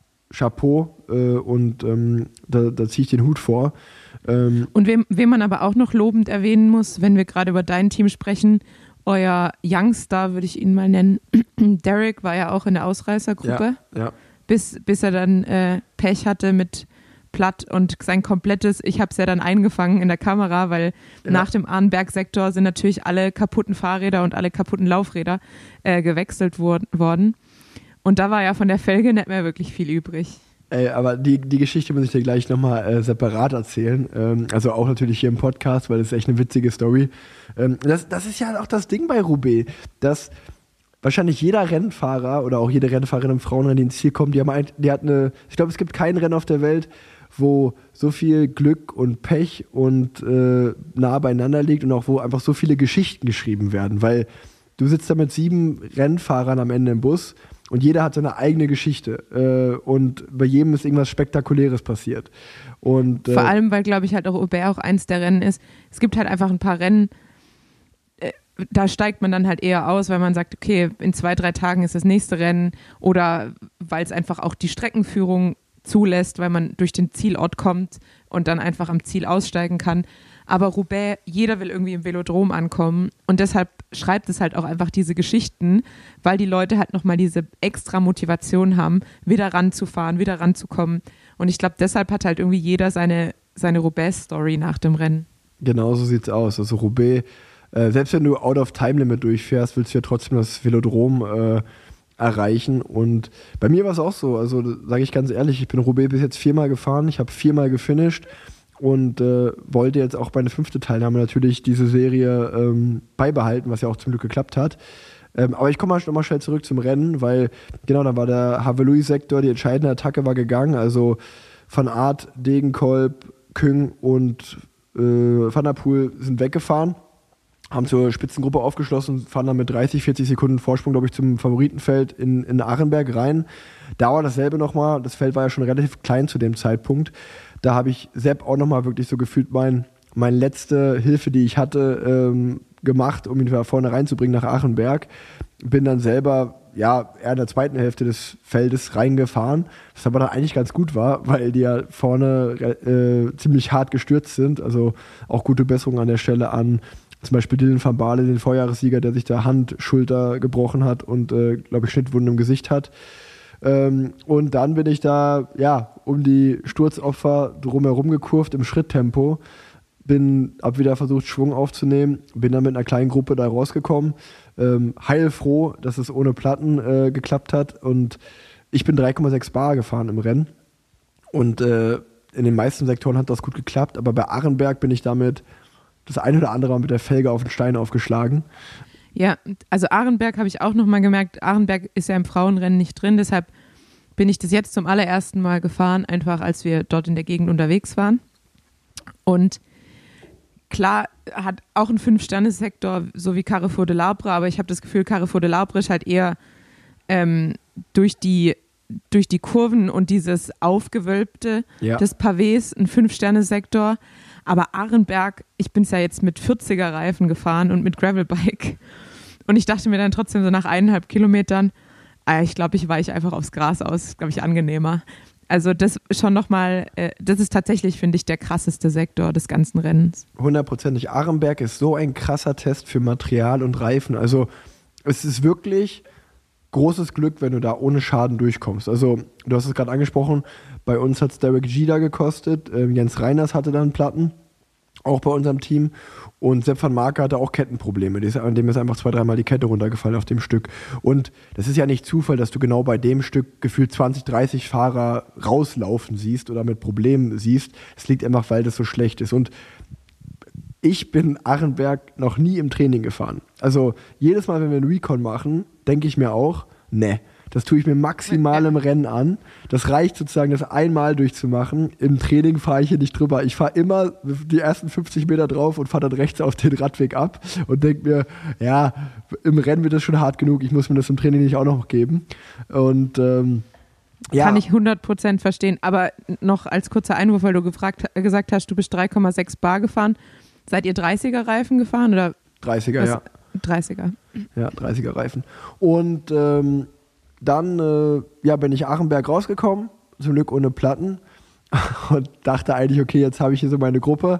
Chapeau äh, und ähm, da, da ziehe ich den Hut vor. Ähm, und wem, wem man aber auch noch lobend erwähnen muss, wenn wir gerade über dein Team sprechen, euer Youngstar, würde ich ihn mal nennen, Derek war ja auch in der Ausreißergruppe, ja, ja. bis, bis er dann äh, Pech hatte mit Platt und sein komplettes, ich habe es ja dann eingefangen in der Kamera, weil ja. nach dem Arenberg-Sektor sind natürlich alle kaputten Fahrräder und alle kaputten Laufräder äh, gewechselt wor- worden. Und da war ja von der Felge nicht mehr wirklich viel übrig. Ey, aber die, die Geschichte muss ich dir gleich nochmal äh, separat erzählen. Ähm, also auch natürlich hier im Podcast, weil das ist echt eine witzige Story. Ähm, das, das ist ja auch das Ding bei Roubaix, dass wahrscheinlich jeder Rennfahrer oder auch jede Rennfahrerin im Frauenrennen, die ins Ziel kommt, die haben ein, die hat eine, ich glaube, es gibt kein Rennen auf der Welt, wo so viel Glück und Pech und äh, nah beieinander liegt und auch wo einfach so viele Geschichten geschrieben werden, weil du sitzt da mit sieben Rennfahrern am Ende im Bus und jeder hat seine eigene Geschichte äh, und bei jedem ist irgendwas Spektakuläres passiert. Und, äh, vor allem, weil, glaube ich, halt auch Roubaix auch eins der Rennen ist, es gibt halt einfach ein paar Rennen, äh, da steigt man dann halt eher aus, weil man sagt, okay, in zwei, drei Tagen ist das nächste Rennen oder weil es einfach auch die Streckenführung zulässt, weil man durch den Zielort kommt und dann einfach am Ziel aussteigen kann. Aber Roubaix, jeder will irgendwie im Velodrom ankommen und deshalb schreibt es halt auch einfach diese Geschichten, weil die Leute halt nochmal diese extra Motivation haben, wieder ranzufahren, wieder ranzukommen. Und ich glaube, deshalb hat halt irgendwie jeder seine seine Roubaix-Story nach dem Rennen. Genau so sieht's aus. Also Roubaix, äh, selbst wenn du out of time limit durchfährst, willst du ja trotzdem das Velodrom äh, erreichen. Und bei mir war es auch so, also sage ich ganz ehrlich, ich bin Roubaix bis jetzt viermal gefahren, ich habe viermal gefinisht und äh, wollte jetzt auch meine fünfte Teilnahme natürlich diese Serie ähm, beibehalten, was ja auch zum Glück geklappt hat. Ähm, aber ich komme mal noch mal schnell zurück zum Rennen, weil genau, da war der Haveluy-Sektor, die entscheidende Attacke war gegangen, also Van Aert, Degenkolb, Küng und äh, Van der Poel sind weggefahren, haben zur Spitzengruppe aufgeschlossen, fahren dann mit dreißig, vierzig Sekunden Vorsprung, glaube ich, zum Favoritenfeld in, in Arenberg rein. Da war dasselbe nochmal, das Feld war ja schon relativ klein zu dem Zeitpunkt. Da habe ich Sepp auch nochmal wirklich so gefühlt mein, meine letzte Hilfe, die ich hatte, ähm, gemacht, um ihn da vorne reinzubringen nach Arenberg. Bin dann selber ja eher in der zweiten Hälfte des Feldes reingefahren, was aber dann eigentlich ganz gut war, weil die ja vorne äh, ziemlich hart gestürzt sind. Also auch gute Besserung an der Stelle an zum Beispiel Dylan van Baarle, den Vorjahressieger, der sich da Hand, Schulter gebrochen hat und, äh, glaube ich, Schnittwunden im Gesicht hat. Ähm, und dann bin ich da, ja, um die Sturzopfer drumherum gekurvt im Schritttempo. Bin, hab wieder versucht, Schwung aufzunehmen. Bin dann mit einer kleinen Gruppe da rausgekommen. Ähm, heilfroh, dass es ohne Platten äh, geklappt hat. Und ich bin drei Komma sechs Bar gefahren im Rennen. Und äh, in den meisten Sektoren hat das gut geklappt. Aber bei Arenberg bin ich damit das eine oder andere Mal mit der Felge auf den Stein aufgeschlagen. Ja, also Arenberg habe ich auch nochmal gemerkt, Arenberg ist ja im Frauenrennen nicht drin, deshalb bin ich das jetzt zum allerersten Mal gefahren, einfach als wir dort in der Gegend unterwegs waren. Und klar hat auch ein Fünf-Sterne-Sektor, so wie Carrefour de l'Arbre, aber ich habe das Gefühl, Carrefour de l'Arbre ist halt eher ähm, durch die durch die Kurven und dieses Aufgewölbte ja. des Pavés ein Fünf-Sterne-Sektor. Aber Arenberg, ich bin es ja jetzt mit vierziger-Reifen gefahren und mit Gravelbike. Und ich dachte mir dann trotzdem so nach eineinhalb Kilometern, äh, ich glaube, ich weiche einfach aufs Gras aus, glaube ich, angenehmer. Also das schon nochmal, äh, das ist tatsächlich, finde ich, der krasseste Sektor des ganzen Rennens. Hundertprozentig. Arenberg ist so ein krasser Test für Material und Reifen. Also es ist wirklich großes Glück, wenn du da ohne Schaden durchkommst. Also du hast es gerade angesprochen, bei uns hat es Derek G da gekostet, äh, Jens Reiners hatte dann Platten, auch bei unserem Team, und Sepp van Marke hatte auch Kettenprobleme, dem ist einfach zwei, dreimal die Kette runtergefallen auf dem Stück. Und das ist ja nicht Zufall, dass du genau bei dem Stück gefühlt zwanzig, dreißig Fahrer rauslaufen siehst oder mit Problemen siehst. Es liegt einfach, weil das so schlecht ist. Und ich bin Arenberg noch nie im Training gefahren. Also jedes Mal, wenn wir einen Recon machen, denke ich mir auch, ne, das tue ich mir maximal im Rennen an. Das reicht sozusagen, das einmal durchzumachen. Im Training fahre ich hier nicht drüber. Ich fahre immer die ersten fünfzig Meter drauf und fahre dann rechts auf den Radweg ab und denke mir, ja, im Rennen wird das schon hart genug. Ich muss mir das im Training nicht auch noch geben. Und ähm, ja. Kann ich hundert Prozent verstehen. Aber noch als kurzer Einwurf, weil du gefragt, gesagt hast, du bist drei Komma sechs Bar gefahren. Seid ihr dreißiger-Reifen gefahren? Oder dreißiger, was? ja. dreißiger. Ja, dreißiger-Reifen. Und ähm, dann äh, ja, bin ich Arenberg rausgekommen, zum Glück ohne Platten, und dachte eigentlich, okay, jetzt habe ich hier so meine Gruppe.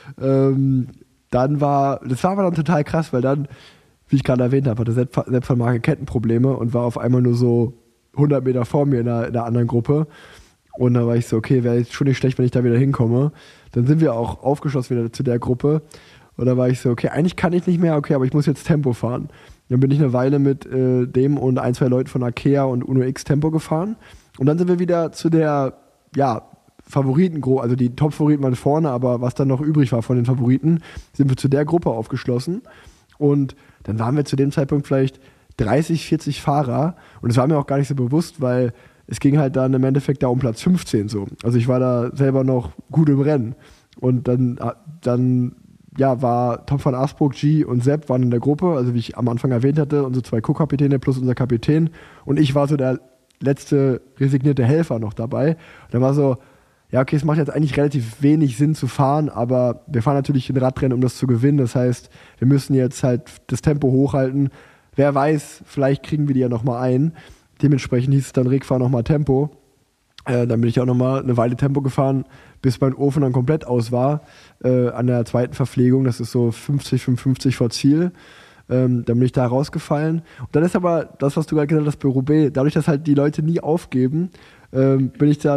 Ähm, dann war, das war aber dann total krass, weil dann, wie ich gerade erwähnt habe, hatte Sepp, Sepp van Marke Kettenprobleme und war auf einmal nur so hundert Meter vor mir in der, in der anderen Gruppe. Und dann war ich so, okay, wäre jetzt schon nicht schlecht, wenn ich da wieder hinkomme. Dann sind wir auch aufgeschlossen wieder zu der Gruppe. Und da war ich so, okay, eigentlich kann ich nicht mehr, okay, aber ich muss jetzt Tempo fahren. Dann bin ich eine Weile mit äh, dem und ein, zwei Leuten von Arkea und Uno X Tempo gefahren. Und dann sind wir wieder zu der, ja, Favoriten, also die Top-Favoriten waren vorne, aber was dann noch übrig war von den Favoriten, sind wir zu der Gruppe aufgeschlossen. Und dann waren wir zu dem Zeitpunkt vielleicht dreißig, vierzig Fahrer. Und das war mir auch gar nicht so bewusst, weil es ging halt dann im Endeffekt da um Platz fünfzehn so. Also ich war da selber noch gut im Rennen. Und dann, dann ja, war Tom van Asbrook, G und Sepp waren in der Gruppe, also wie ich am Anfang erwähnt hatte, unsere zwei Co-Kapitäne plus unser Kapitän. Und ich war so der letzte resignierte Helfer noch dabei. Und dann war so, ja, okay, es macht jetzt eigentlich relativ wenig Sinn zu fahren, aber wir fahren natürlich ein Radrennen, um das zu gewinnen. Das heißt, wir müssen jetzt halt das Tempo hochhalten. Wer weiß, vielleicht kriegen wir die ja nochmal ein. Dementsprechend hieß es dann, Rick, fahr nochmal Tempo. Äh, dann bin ich auch nochmal eine Weile Tempo gefahren, bis mein Ofen dann komplett aus war. Äh, an der zweiten Verpflegung, das ist so fünfzig, fünfundfünfzig vor Ziel. Ähm, dann bin ich da rausgefallen. Und dann ist aber das, was du gerade gesagt hast, bei Roubaix, dadurch, dass halt die Leute nie aufgeben, ähm, bin ich dann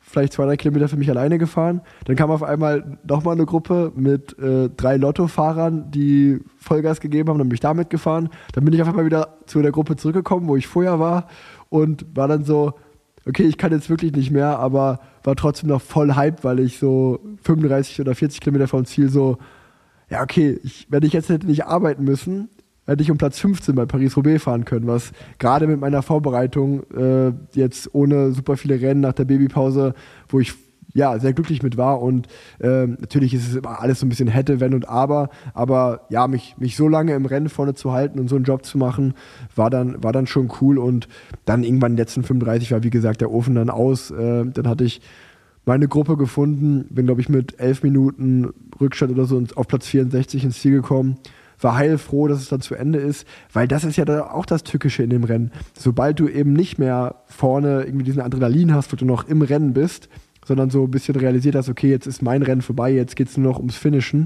vielleicht zwei, drei Kilometer für mich alleine gefahren. Dann kam auf einmal nochmal eine Gruppe mit äh, drei Lottofahrern, die Vollgas gegeben haben, dann bin ich da mitgefahren. Dann bin ich auf einmal wieder zu der Gruppe zurückgekommen, wo ich vorher war und war dann so, okay, ich kann jetzt wirklich nicht mehr, aber war trotzdem noch voll hyped, weil ich so fünfunddreißig oder vierzig Kilometer vom Ziel so, ja okay, ich, wenn ich jetzt hätte nicht arbeiten müssen, hätte ich um Platz fünfzehn bei Paris-Roubaix fahren können, was gerade mit meiner Vorbereitung äh, jetzt ohne super viele Rennen nach der Babypause, wo ich ja sehr glücklich mit war und äh, natürlich ist es immer alles so ein bisschen hätte, wenn und aber, aber ja, mich, mich so lange im Rennen vorne zu halten und so einen Job zu machen, war dann, war dann schon cool und dann irgendwann in den letzten fünfunddreißig war wie gesagt der Ofen dann aus, äh, dann hatte ich meine Gruppe gefunden, bin glaube ich mit elf Minuten Rückstand oder so auf Platz vierundsechzig ins Ziel gekommen, war heilfroh, dass es dann zu Ende ist, weil das ist ja da auch das Tückische in dem Rennen. Sobald du eben nicht mehr vorne irgendwie diesen Adrenalin hast, wo du noch im Rennen bist, sondern so ein bisschen realisiert hast, okay, jetzt ist mein Rennen vorbei, jetzt geht es nur noch ums Finishen,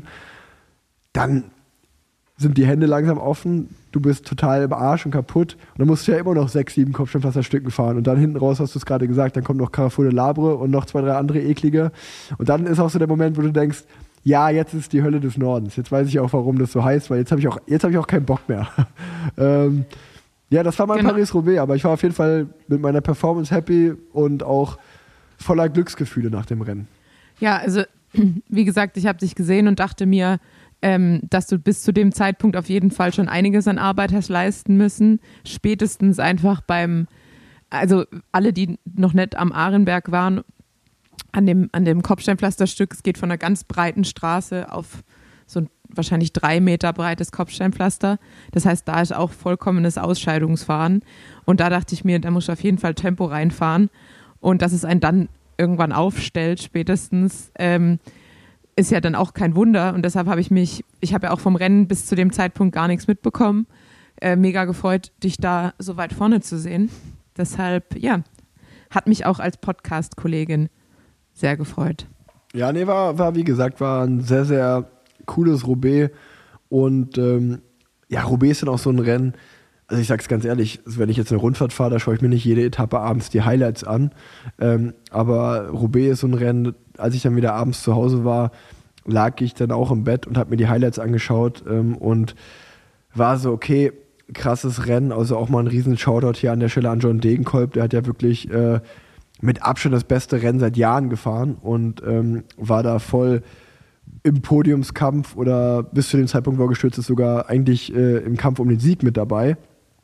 dann sind die Hände langsam offen, du bist total im Arsch und kaputt und dann musst du ja immer noch sechs, sieben Kopfsteinpflasterstücken fahren und dann hinten raus hast du es gerade gesagt, dann kommt noch Carrefour de Labre und noch zwei, drei andere eklige und dann ist auch so der Moment, wo du denkst, ja, jetzt ist die Hölle des Nordens. Jetzt weiß ich auch, warum das so heißt, weil jetzt habe ich auch, jetzt habe ich auch keinen Bock mehr. ähm, ja, das war mein genau. Paris-Roubaix, aber ich war auf jeden Fall mit meiner Performance happy und auch voller Glücksgefühle nach dem Rennen. Ja, also wie gesagt, ich habe dich gesehen und dachte mir, ähm, dass du bis zu dem Zeitpunkt auf jeden Fall schon einiges an Arbeit hast leisten müssen. Spätestens einfach beim, also alle, die noch nicht am Arenberg waren, An dem, an dem Kopfsteinpflasterstück, es geht von einer ganz breiten Straße auf so ein wahrscheinlich drei Meter breites Kopfsteinpflaster. Das heißt, da ist auch vollkommenes Ausscheidungsfahren. Und da dachte ich mir, da muss ich auf jeden Fall Tempo reinfahren. Und dass es einen dann irgendwann aufstellt, spätestens, ähm, ist ja dann auch kein Wunder. Und deshalb habe ich mich, ich habe ja auch vom Rennen bis zu dem Zeitpunkt gar nichts mitbekommen. Äh, mega gefreut, dich da so weit vorne zu sehen. Deshalb, ja, hat mich auch als Podcast-Kollegin sehr gefreut. Ja, nee, war, war wie gesagt, war ein sehr, sehr cooles Roubaix und ähm, ja, Roubaix ist dann auch so ein Rennen, also ich sag's ganz ehrlich, wenn ich jetzt eine Rundfahrt fahre, da schaue ich mir nicht jede Etappe abends die Highlights an, ähm, aber Roubaix ist so ein Rennen, als ich dann wieder abends zu Hause war, lag ich dann auch im Bett und habe mir die Highlights angeschaut ähm, und war so, okay, krasses Rennen, also auch mal ein riesen Shoutout hier an der Stelle an John Degenkolb, der hat ja wirklich äh, mit Abstand das beste Rennen seit Jahren gefahren und ähm, war da voll im Podiumskampf oder bis zu dem Zeitpunkt, wo er gestürzt ist, sogar eigentlich äh, im Kampf um den Sieg mit dabei.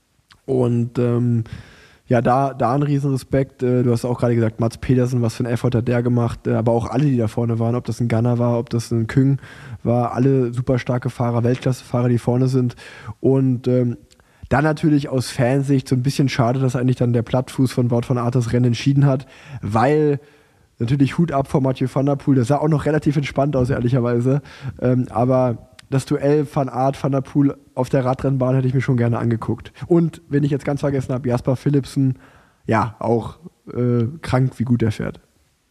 Und ähm, ja, da, da ein riesen Respekt. Äh, du hast auch gerade gesagt, Mats Pedersen, was für ein Effort hat der gemacht. Äh, aber auch alle, die da vorne waren, ob das ein Gunnar war, ob das ein Küng war, alle super starke Fahrer, Weltklasse-Fahrer, die vorne sind. Und ähm, dann natürlich aus Fansicht so ein bisschen schade, dass eigentlich dann der Plattfuß von Wout van Aert das Rennen entschieden hat, weil natürlich Hut ab vor Mathieu van der Poel, das sah auch noch relativ entspannt aus, ehrlicherweise, ähm, aber das Duell Van Aert, Van der Poel auf der Radrennbahn hätte ich mir schon gerne angeguckt. Und, wenn ich jetzt ganz vergessen habe, Jasper Philipsen, ja, auch äh, krank, wie gut er fährt.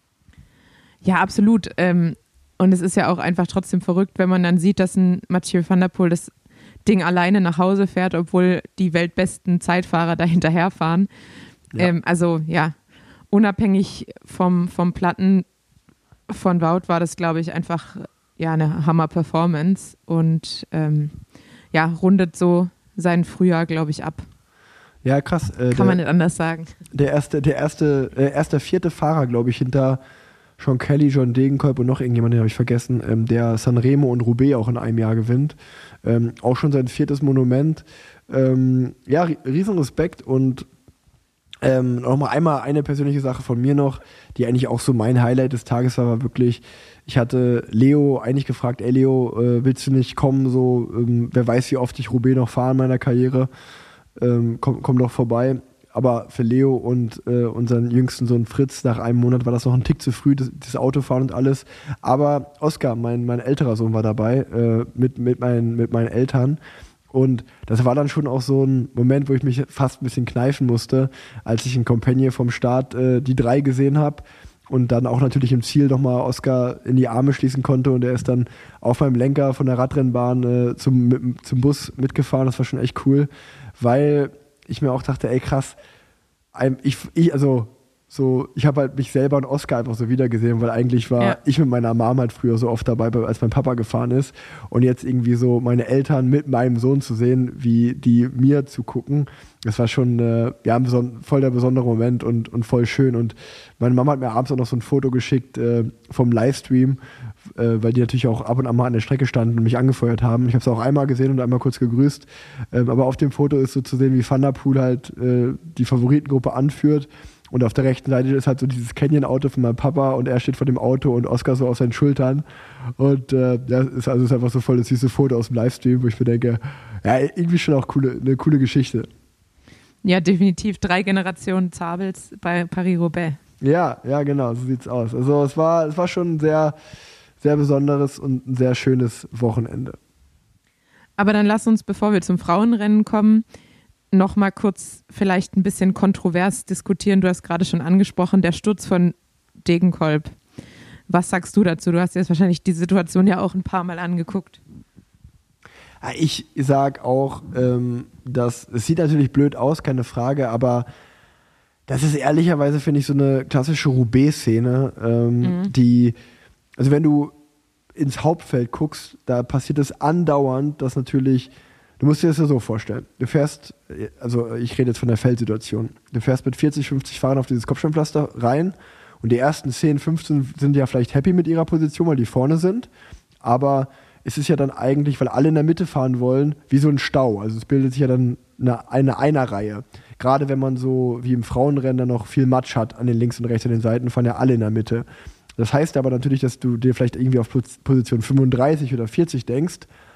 Ja, absolut. Ähm, und es ist ja auch einfach trotzdem verrückt, wenn man dann sieht, dass ein Mathieu van der Poel das Ding alleine nach Hause fährt, obwohl die weltbesten Zeitfahrer da hinterherfahren. Ja. Ähm, also ja, unabhängig vom, vom Platten von Wout war das, glaube ich, einfach ja eine Hammer-Performance und ähm, ja, rundet so sein Frühjahr, glaube ich, ab. Ja, krass. Äh, Kann der, man nicht anders sagen. Der erste, der erste, äh, erst der vierte Fahrer, glaube ich, hinter Sean Kelly, John Degenkolb und noch irgendjemand, den habe ich vergessen, ähm, der Sanremo und Roubaix auch in einem Jahr gewinnt. Ähm, auch schon sein viertes Monument. Ähm, ja, riesen Respekt und ähm, nochmal einmal eine persönliche Sache von mir noch, die eigentlich auch so mein Highlight des Tages war, war wirklich, ich hatte Leo eigentlich gefragt, ey Leo, äh, willst du nicht kommen, so, ähm, wer weiß, wie oft ich Roubaix noch fahre in meiner Karriere, ähm, komm, komm doch vorbei. Aber für Leo und äh, unseren jüngsten Sohn Fritz, nach einem Monat war das noch ein Tick zu früh, das, das Autofahren und alles. Aber Oskar, mein, mein älterer Sohn, war dabei, äh, mit, mit, mein, mit meinen Eltern. Und das war dann schon auch so ein Moment, wo ich mich fast ein bisschen kneifen musste, als ich in Compiègne vom Start äh, die drei gesehen habe und dann auch natürlich im Ziel nochmal Oskar in die Arme schließen konnte und er ist dann auf meinem Lenker von der Radrennbahn äh, zum, mit, zum Bus mitgefahren. Das war schon echt cool, weil ich mir auch dachte, ey krass, ich, ich, also so, ich habe halt mich selber und Oscar einfach so wiedergesehen, weil eigentlich war ja. ich mit meiner Mom halt früher so oft dabei, als mein Papa gefahren ist. Und jetzt irgendwie so meine Eltern mit meinem Sohn zu sehen, wie die mir zugucken, das war schon äh, ja, ein beson- voll der besondere Moment und, und voll schön. Und meine Mama hat mir abends auch noch so ein Foto geschickt äh, vom Livestream, äh, weil die natürlich auch ab und an mal an der Strecke standen und mich angefeuert haben. Ich habe es auch einmal gesehen und einmal kurz gegrüßt. Ähm, aber auf dem Foto ist so zu sehen, wie Van der Poel halt äh, die Favoritengruppe anführt. Und auf der rechten Seite ist halt so dieses Canyon-Auto von meinem Papa und er steht vor dem Auto und Oscar so auf seinen Schultern. Und äh, ja, ist also ist einfach so voll das süße Foto aus dem Livestream, wo ich mir denke, ja, irgendwie schon auch coole, eine coole Geschichte. Ja, definitiv. Drei Generationen Zabels bei Paris-Roubaix. Ja, ja, genau, so sieht's aus. Also es war, es war schon ein sehr, sehr besonderes und ein sehr schönes Wochenende. Aber dann lass uns, bevor wir zum Frauenrennen kommen, noch mal kurz vielleicht ein bisschen kontrovers diskutieren. Du hast gerade schon angesprochen, der Sturz von Degenkolb. Was sagst du dazu? Du hast dir jetzt wahrscheinlich die Situation ja auch ein paar Mal angeguckt. Ich sag auch, ähm, dass es sieht natürlich blöd aus, keine Frage, aber das ist ehrlicherweise, finde ich, so eine klassische Roubaix-Szene, ähm, mhm. die, also wenn du ins Hauptfeld guckst, da passiert es andauernd, dass natürlich, du musst dir das ja so vorstellen, du fährst, also ich rede jetzt von der Feldsituation, du fährst mit vierzig, fünfzig Fahrern auf dieses Kopfsteinpflaster rein und die ersten zehn, fünfzehn sind ja vielleicht happy mit ihrer Position, weil die vorne sind, aber es ist ja dann eigentlich, weil alle in der Mitte fahren wollen, wie so ein Stau. Also es bildet sich ja dann eine, eine Einerreihe. Gerade wenn man so wie im Frauenrennen dann noch viel Matsch hat an den links und rechts an den Seiten, fahren ja alle in der Mitte. Das heißt aber natürlich, dass du dir vielleicht irgendwie auf Position fünfunddreißig oder vierzig denkst,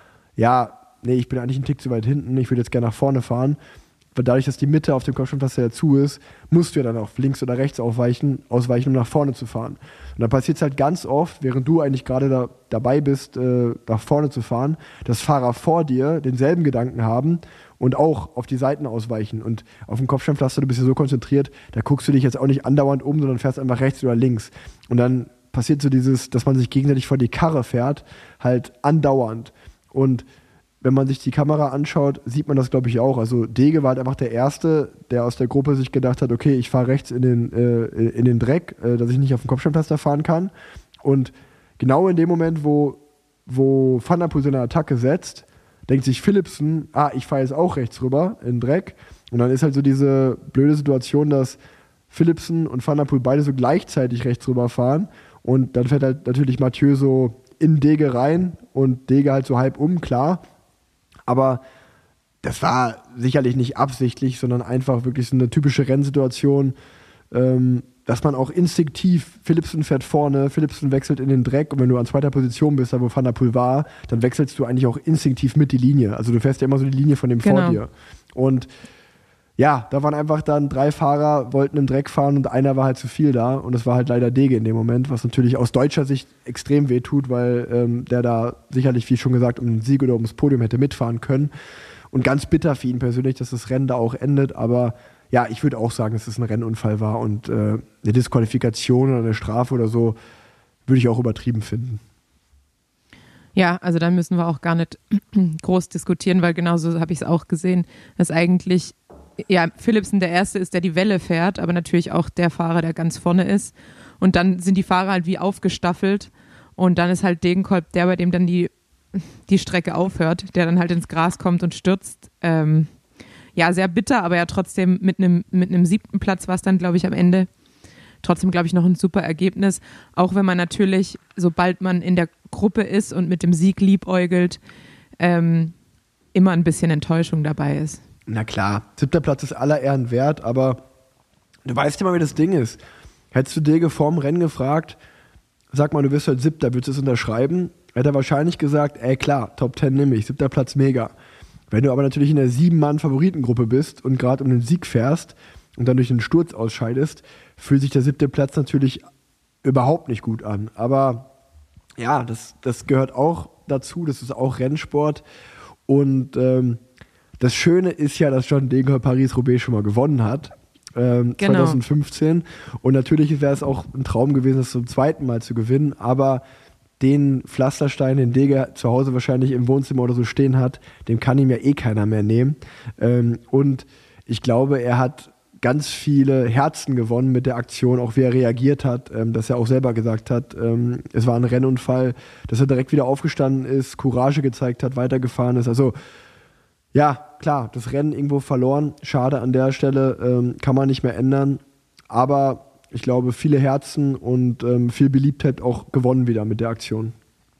ja, nee, ich bin eigentlich einen Tick zu weit hinten, ich würde jetzt gerne nach vorne fahren. Weil dadurch, dass die Mitte auf dem Kopfsteinpflaster ja zu ist, musst du ja dann auch links oder rechts aufweichen, ausweichen, um nach vorne zu fahren. Und dann passiert es halt ganz oft, während du eigentlich gerade da, dabei bist, äh, nach vorne zu fahren, dass Fahrer vor dir denselben Gedanken haben und auch auf die Seiten ausweichen. Und auf dem Kopfsteinpflaster, du bist ja so konzentriert, da guckst du dich jetzt auch nicht andauernd um, sondern fährst einfach rechts oder links. Und dann passiert so dieses, dass man sich gegenseitig vor die Karre fährt, halt andauernd. Und wenn man sich die Kamera anschaut, sieht man das, glaube ich, auch. Also Dege war halt einfach der Erste, der aus der Gruppe sich gedacht hat, okay, ich fahre rechts in den, äh, in den Dreck, äh, dass ich nicht auf dem Kopfsteinpflaster fahren kann. Und genau in dem Moment, wo, wo Van der Poel seine Attacke setzt, denkt sich Philipsen, ah, ich fahre jetzt auch rechts rüber in den Dreck. Und dann ist halt so diese blöde Situation, dass Philipsen und Van der Poel beide so gleichzeitig rechts rüber fahren. Und dann fährt halt natürlich Mathieu so in Dege rein und Dege halt so halb um, klar. Aber das war sicherlich nicht absichtlich, sondern einfach wirklich so eine typische Rennsituation, ähm, dass man auch instinktiv, Philipsen fährt vorne, Philipsen wechselt in den Dreck und wenn du an zweiter Position bist, da wo Van der Poel war, dann wechselst du eigentlich auch instinktiv mit die Linie. Also du fährst ja immer so die Linie von dem genau. vor dir. Und ja, da waren einfach dann drei Fahrer, wollten im Dreck fahren und einer war halt zu viel da und das war halt leider Dege in dem Moment, was natürlich aus deutscher Sicht extrem weh tut, weil ähm, der da sicherlich, wie schon gesagt, um den Sieg oder ums Podium hätte mitfahren können und ganz bitter für ihn persönlich, dass das Rennen da auch endet, aber ja, ich würde auch sagen, dass es ein Rennunfall war und äh, eine Disqualifikation oder eine Strafe oder so würde ich auch übertrieben finden. Ja, also da müssen wir auch gar nicht groß diskutieren, weil genauso habe ich es auch gesehen, dass eigentlich ja, Philipsen der Erste ist, der die Welle fährt, aber natürlich auch der Fahrer, der ganz vorne ist. Und dann sind die Fahrer halt wie aufgestaffelt und dann ist halt Degenkolb der, bei dem dann die, die Strecke aufhört, der dann halt ins Gras kommt und stürzt. Ähm, ja, sehr bitter, aber ja trotzdem mit einem mit einem siebten Platz war es dann, glaube ich, am Ende. Trotzdem, glaube ich, noch ein super Ergebnis. Auch wenn man natürlich, sobald man in der Gruppe ist und mit dem Sieg liebäugelt, ähm, immer ein bisschen Enttäuschung dabei ist. Na klar, siebter Platz ist aller Ehren wert, aber du weißt ja mal, wie das Ding ist. Hättest du Dege vorm Rennen gefragt, sag mal, du wirst halt Siebter, willst du es unterschreiben? Hätte er wahrscheinlich gesagt, ey klar, Top Ten nehme ich, siebter Platz mega. Wenn du aber natürlich in der sieben-Mann-Favoritengruppe bist und gerade um den Sieg fährst und dann durch den Sturz ausscheidest, fühlt sich der siebte Platz natürlich überhaupt nicht gut an. Aber ja, das, das gehört auch dazu, das ist auch Rennsport und ähm, das Schöne ist ja, dass John Degenkolb Paris-Roubaix schon mal gewonnen hat, ähm, genau. zwanzig fünfzehn. Und natürlich wäre es auch ein Traum gewesen, das zum zweiten Mal zu gewinnen. Aber den Pflasterstein, den Dege zu Hause wahrscheinlich im Wohnzimmer oder so stehen hat, den kann ihm ja eh keiner mehr nehmen. Ähm, und ich glaube, er hat ganz viele Herzen gewonnen mit der Aktion, auch wie er reagiert hat, ähm, dass er auch selber gesagt hat, ähm, es war ein Rennunfall, dass er direkt wieder aufgestanden ist, Courage gezeigt hat, weitergefahren ist. Also ja, klar, das Rennen irgendwo verloren, schade an der Stelle, ähm, kann man nicht mehr ändern, aber ich glaube, viele Herzen und ähm, viel Beliebtheit auch gewonnen wieder mit der Aktion.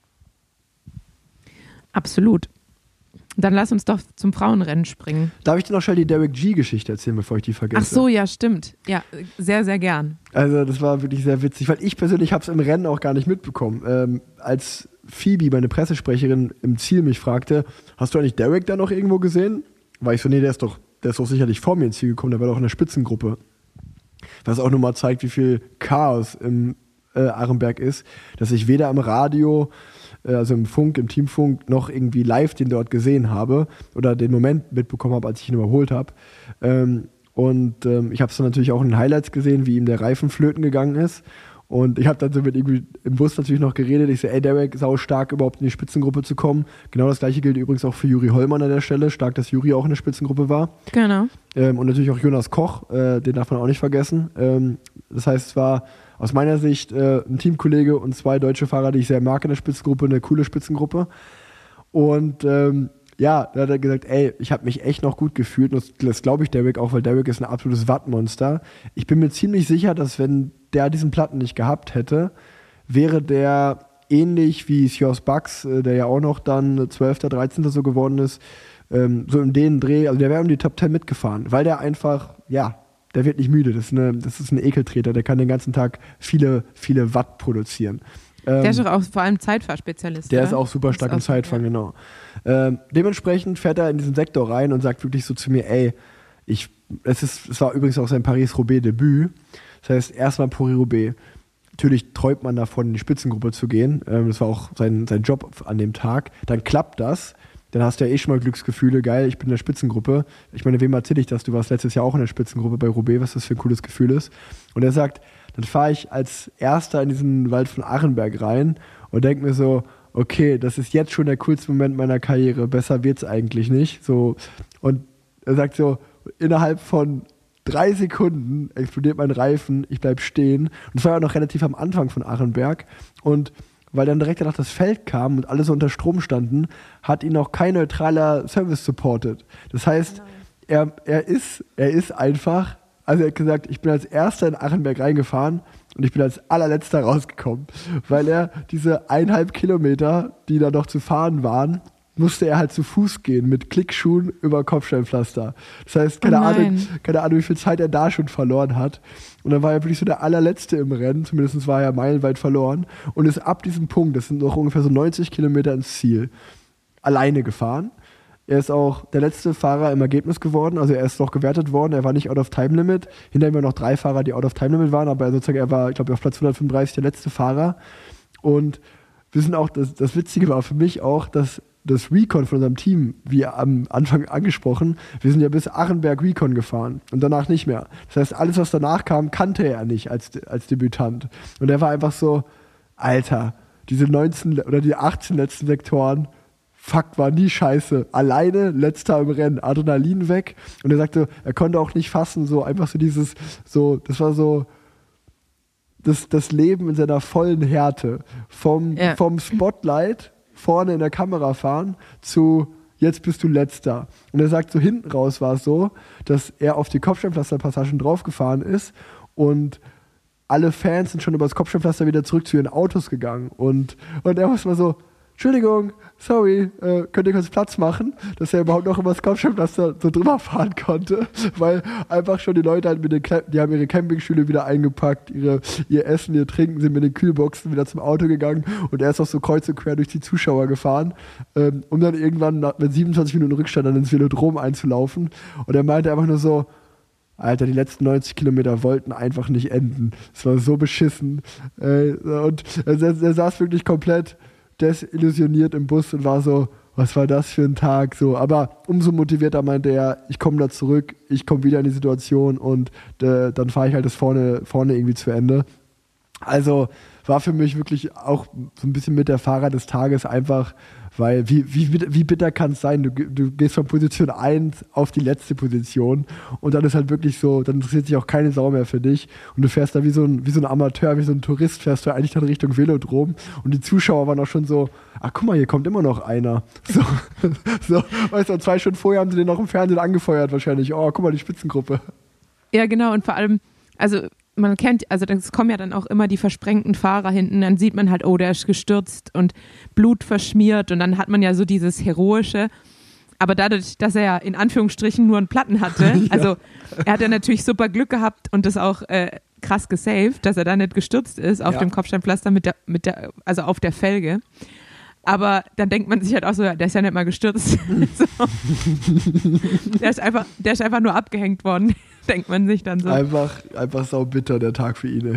Absolut. Dann lass uns doch zum Frauenrennen springen. Darf ich dir noch schnell die Derek G-Geschichte erzählen, bevor ich die vergesse? Ach so, ja, stimmt. Ja, sehr, sehr gern. Also das war wirklich sehr witzig, weil ich persönlich habe es im Rennen auch gar nicht mitbekommen. Ähm, als Phoebe, meine Pressesprecherin, im Ziel mich fragte, hast du eigentlich Derek da noch irgendwo gesehen? War ich so, nee, der ist doch, der ist doch sicherlich vor mir ins Ziel gekommen, der war doch in der Spitzengruppe. Was auch nur mal zeigt, wie viel Chaos im äh, Arenberg ist, dass ich weder im Radio, also im Funk, im Teamfunk, noch irgendwie live den dort gesehen habe oder den Moment mitbekommen habe, als ich ihn überholt habe. Ähm, und ähm, ich habe es dann natürlich auch in den Highlights gesehen, wie ihm der Reifen flöten gegangen ist. Und ich habe dann so mit irgendwie im Bus natürlich noch geredet. Ich so, ey Derek, sau stark überhaupt in die Spitzengruppe zu kommen. Genau das gleiche gilt übrigens auch für Juri Hollmann an der Stelle. Stark, dass Juri auch in der Spitzengruppe war. Genau. Ähm, und natürlich auch Jonas Koch, äh, den darf man auch nicht vergessen. Ähm, das heißt, es war aus meiner Sicht äh, ein Teamkollege und zwei deutsche Fahrer, die ich sehr mag in der Spitzengruppe, eine coole Spitzengruppe. Und ähm, ja, da hat er gesagt, ey, ich habe mich echt noch gut gefühlt. Und das, das glaube ich Derek auch, weil Derek ist ein absolutes Wattmonster. Ich bin mir ziemlich sicher, dass wenn der diesen Platten nicht gehabt hätte, wäre der ähnlich wie Sjors Bucks, äh, der ja auch noch dann zwölfter, dreizehnter so geworden ist, ähm, so in den Dreh, also der wäre um die Top zehn mitgefahren, weil der einfach, ja, der wird nicht müde. Das ist, eine, das ist ein Ekeltreter, der kann den ganzen Tag viele, viele Watt produzieren. Ähm, der ist doch auch vor allem Zeitfahrspezialist. Der oder? ist auch super stark im Zeitfahren, ja. Genau. Ähm, dementsprechend fährt er in diesen Sektor rein und sagt wirklich so zu mir, ey, ich, es ist, es war übrigens auch sein Paris-Roubaix-Debüt. Das heißt, erstmal Paris-Roubaix. Natürlich träumt man davon, in die Spitzengruppe zu gehen. Ähm, das war auch sein, sein Job an dem Tag. Dann klappt das. Dann hast du ja eh schon mal Glücksgefühle. Geil, ich bin in der Spitzengruppe. Ich meine, wem erzähle ich das? Du warst letztes Jahr auch in der Spitzengruppe bei Roubaix, was das für ein cooles Gefühl ist. Und er sagt, dann fahre ich als Erster in diesen Wald von Arenberg rein und denke mir so, okay, das ist jetzt schon der coolste Moment meiner Karriere. Besser wird's eigentlich nicht. So. Und er sagt so, innerhalb von drei Sekunden explodiert mein Reifen, ich bleib stehen. Und das war ja noch relativ am Anfang von Arenberg. Und weil dann direkt danach das Feld kam und alle so unter Strom standen, hat ihn auch kein neutraler Service supported. Das heißt, er, er, ist, er ist einfach, also er hat gesagt, ich bin als Erster in Arenberg reingefahren und ich bin als Allerletzter rausgekommen. Weil er diese eineinhalb Kilometer, die da noch zu fahren waren, musste er halt zu Fuß gehen mit Klickschuhen über Kopfsteinpflaster. Das heißt, keine, oh Ahnung, keine Ahnung, wie viel Zeit er da schon verloren hat. Und dann war er wirklich so der Allerletzte im Rennen, zumindest war er meilenweit verloren und ist ab diesem Punkt, das sind noch ungefähr so neunzig Kilometer ins Ziel, alleine gefahren. Er ist auch der letzte Fahrer im Ergebnis geworden, also er ist noch gewertet worden, er war nicht out of time limit. Hinter ihm waren noch drei Fahrer, die out of time limit waren, aber sozusagen er war, ich glaube, auf Platz hundertfünfunddreißig der letzte Fahrer. Und wir sind auch, das, das Witzige war für mich auch, dass das Recon von unserem Team, wie am Anfang angesprochen, wir sind ja bis Arenberg Recon gefahren und danach nicht mehr. Das heißt, alles, was danach kam, kannte er nicht als, als Debütant. Und er war einfach so, Alter, diese neunzehn oder die achtzehn letzten Sektoren, fuck, war nie scheiße. Alleine, letzter im Rennen, Adrenalin weg. Und er sagte, er konnte auch nicht fassen, so einfach so dieses, so, das war so, das, das Leben in seiner vollen Härte. Vom, ja. vom Spotlight vorne in der Kamera fahren zu jetzt bist du Letzter. Und er sagt, so hinten raus war es so, dass er auf die Kopfsteinpflasterpassagen draufgefahren ist und alle Fans sind schon über das Kopfsteinpflaster wieder zurück zu ihren Autos gegangen. Und, und er muss mal so, Entschuldigung, sorry, äh, könnt ihr kurz Platz machen, dass er überhaupt noch über das Kopfsteinpflaster so drüber fahren konnte, weil einfach schon die Leute halt mit den Cam- die haben ihre Campingstühle wieder eingepackt, ihre, ihr Essen, ihr Trinken, sind mit den Kühlboxen wieder zum Auto gegangen und er ist auch so kreuz und quer durch die Zuschauer gefahren, ähm, um dann irgendwann nach, mit siebenundzwanzig Minuten Rückstand dann ins Velodrom einzulaufen und er meinte einfach nur so, Alter, die letzten neunzig Kilometer wollten einfach nicht enden. Es war so beschissen. Äh, und er, er saß wirklich komplett desillusioniert im Bus und war so, was war das für ein Tag? So, aber umso motivierter meinte er, ich komme da zurück, ich komme wieder in die Situation und äh, dann fahre ich halt das vorne, vorne irgendwie zu Ende. Also war für mich wirklich auch so ein bisschen mit der Fahrer des Tages einfach, weil wie, wie, wie bitter kann es sein? Du, du gehst von Position eins auf die letzte Position und dann ist halt wirklich so, dann interessiert sich auch keine Sau mehr für dich und du fährst da wie so ein, wie so ein Amateur, wie so ein Tourist, fährst du eigentlich dann Richtung Velodrom und die Zuschauer waren auch schon so, ach guck mal, hier kommt immer noch einer. So, so weißt du, zwei Stunden vorher haben sie den noch im Fernsehen angefeuert wahrscheinlich. Oh, guck mal, die Spitzengruppe. Ja, genau, und vor allem, also man kennt, also es kommen ja dann auch immer die versprengten Fahrer hinten, dann sieht man halt, oh, der ist gestürzt und Blut verschmiert und dann hat man ja so dieses Heroische, aber dadurch, dass er ja in Anführungsstrichen nur einen Platten hatte, ja. also er hat ja natürlich super Glück gehabt und das auch äh, krass gesaved, dass er da nicht gestürzt ist auf ja. dem Kopfsteinpflaster mit der, mit der, also auf der Felge. Aber dann denkt man sich halt auch so, der ist ja nicht mal gestürzt. so. der, ist einfach, der ist einfach nur abgehängt worden, denkt man sich dann so. Einfach, einfach saubitter, der Tag für ihn.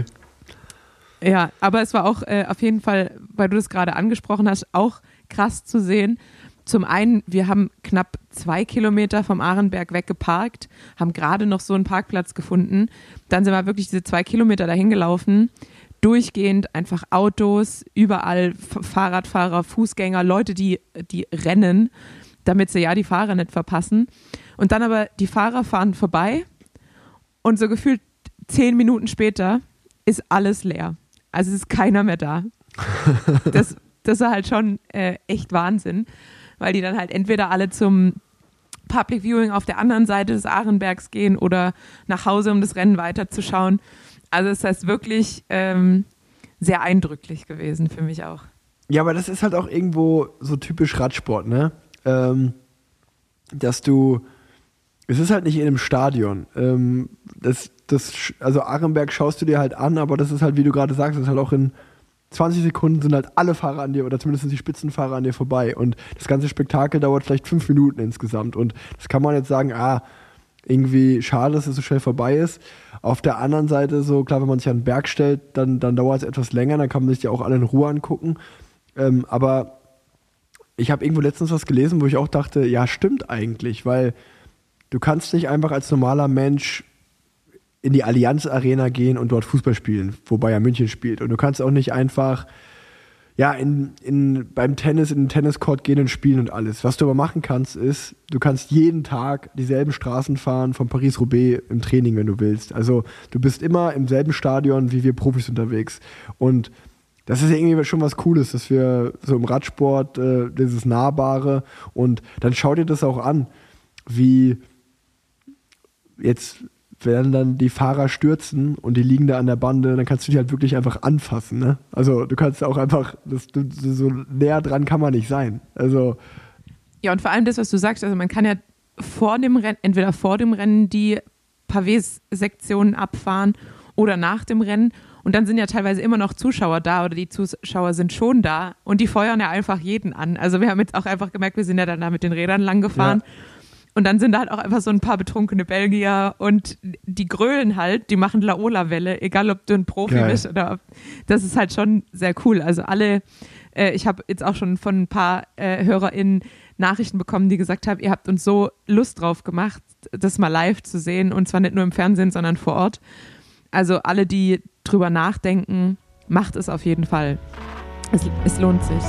Ey. Ja, aber es war auch äh, auf jeden Fall, weil du das gerade angesprochen hast, auch krass zu sehen. Zum einen, wir haben knapp zwei Kilometer vom Arenberg weg geparkt, haben gerade noch so einen Parkplatz gefunden. Dann sind wir wirklich diese zwei Kilometer dahin gelaufen. Durchgehend einfach Autos, überall F- Fahrradfahrer, Fußgänger, Leute, die, die rennen, damit sie ja die Fahrer nicht verpassen. Und dann aber die Fahrer fahren vorbei und so gefühlt zehn Minuten später ist alles leer. Also es ist keiner mehr da. Das, das war halt schon äh, echt Wahnsinn, weil die dann halt entweder alle zum Public Viewing auf der anderen Seite des Arenbergs gehen oder nach Hause, um das Rennen weiterzuschauen. Also es ist wirklich ähm, sehr eindrücklich gewesen für mich auch. Ja, aber das ist halt auch irgendwo so typisch Radsport, ne? Ähm, dass du, es ist halt nicht in einem Stadion. Ähm, das, das, also Arenberg schaust du dir halt an, aber das ist halt, wie du gerade sagst, das ist halt auch in zwanzig Sekunden sind halt alle Fahrer an dir oder zumindest die Spitzenfahrer an dir vorbei und das ganze Spektakel dauert vielleicht fünf Minuten insgesamt und das kann man jetzt sagen, ah, irgendwie schade, dass es so schnell vorbei ist. Auf der anderen Seite so, klar, wenn man sich an den Berg stellt, dann, dann dauert es etwas länger, dann kann man sich die auch alle in Ruhe angucken. Ähm, aber ich habe irgendwo letztens was gelesen, wo ich auch dachte, ja, stimmt eigentlich, weil du kannst nicht einfach als normaler Mensch in die Allianz Arena gehen und dort Fußball spielen, wo Bayern München spielt. Und du kannst auch nicht einfach ja, in, in, beim Tennis in den Tenniscourt gehen und spielen und alles. Was du aber machen kannst, ist, du kannst jeden Tag dieselben Straßen fahren von Paris-Roubaix im Training, wenn du willst. Also du bist immer im selben Stadion wie wir Profis unterwegs. Und das ist irgendwie schon was Cooles, dass wir so im Radsport äh, dieses Nahbare und dann schau dir das auch an, wie jetzt werden dann die Fahrer stürzen und die liegen da an der Bande, dann kannst du die halt wirklich einfach anfassen, ne? Also du kannst auch einfach, das, du, so näher dran kann man nicht sein. Also ja, und vor allem das, was du sagst, also man kann ja vor dem Rennen, entweder vor dem Rennen die Pavé-Sektionen abfahren oder nach dem Rennen und dann sind ja teilweise immer noch Zuschauer da oder die Zuschauer sind schon da und die feuern ja einfach jeden an. Also wir haben jetzt auch einfach gemerkt, wir sind ja dann da mit den Rädern lang gefahren. Ja. Und dann sind da halt auch einfach so ein paar betrunkene Belgier und die grölen halt, die machen Laola-Welle, egal ob du ein Profi Geil. bist oder ob, das ist halt schon sehr cool. Also alle, äh, ich habe jetzt auch schon von ein paar äh, HörerInnen Nachrichten bekommen, die gesagt haben, ihr habt uns so Lust drauf gemacht, das mal live zu sehen und zwar nicht nur im Fernsehen, sondern vor Ort. Also alle, die drüber nachdenken, macht es auf jeden Fall. Es, es lohnt sich.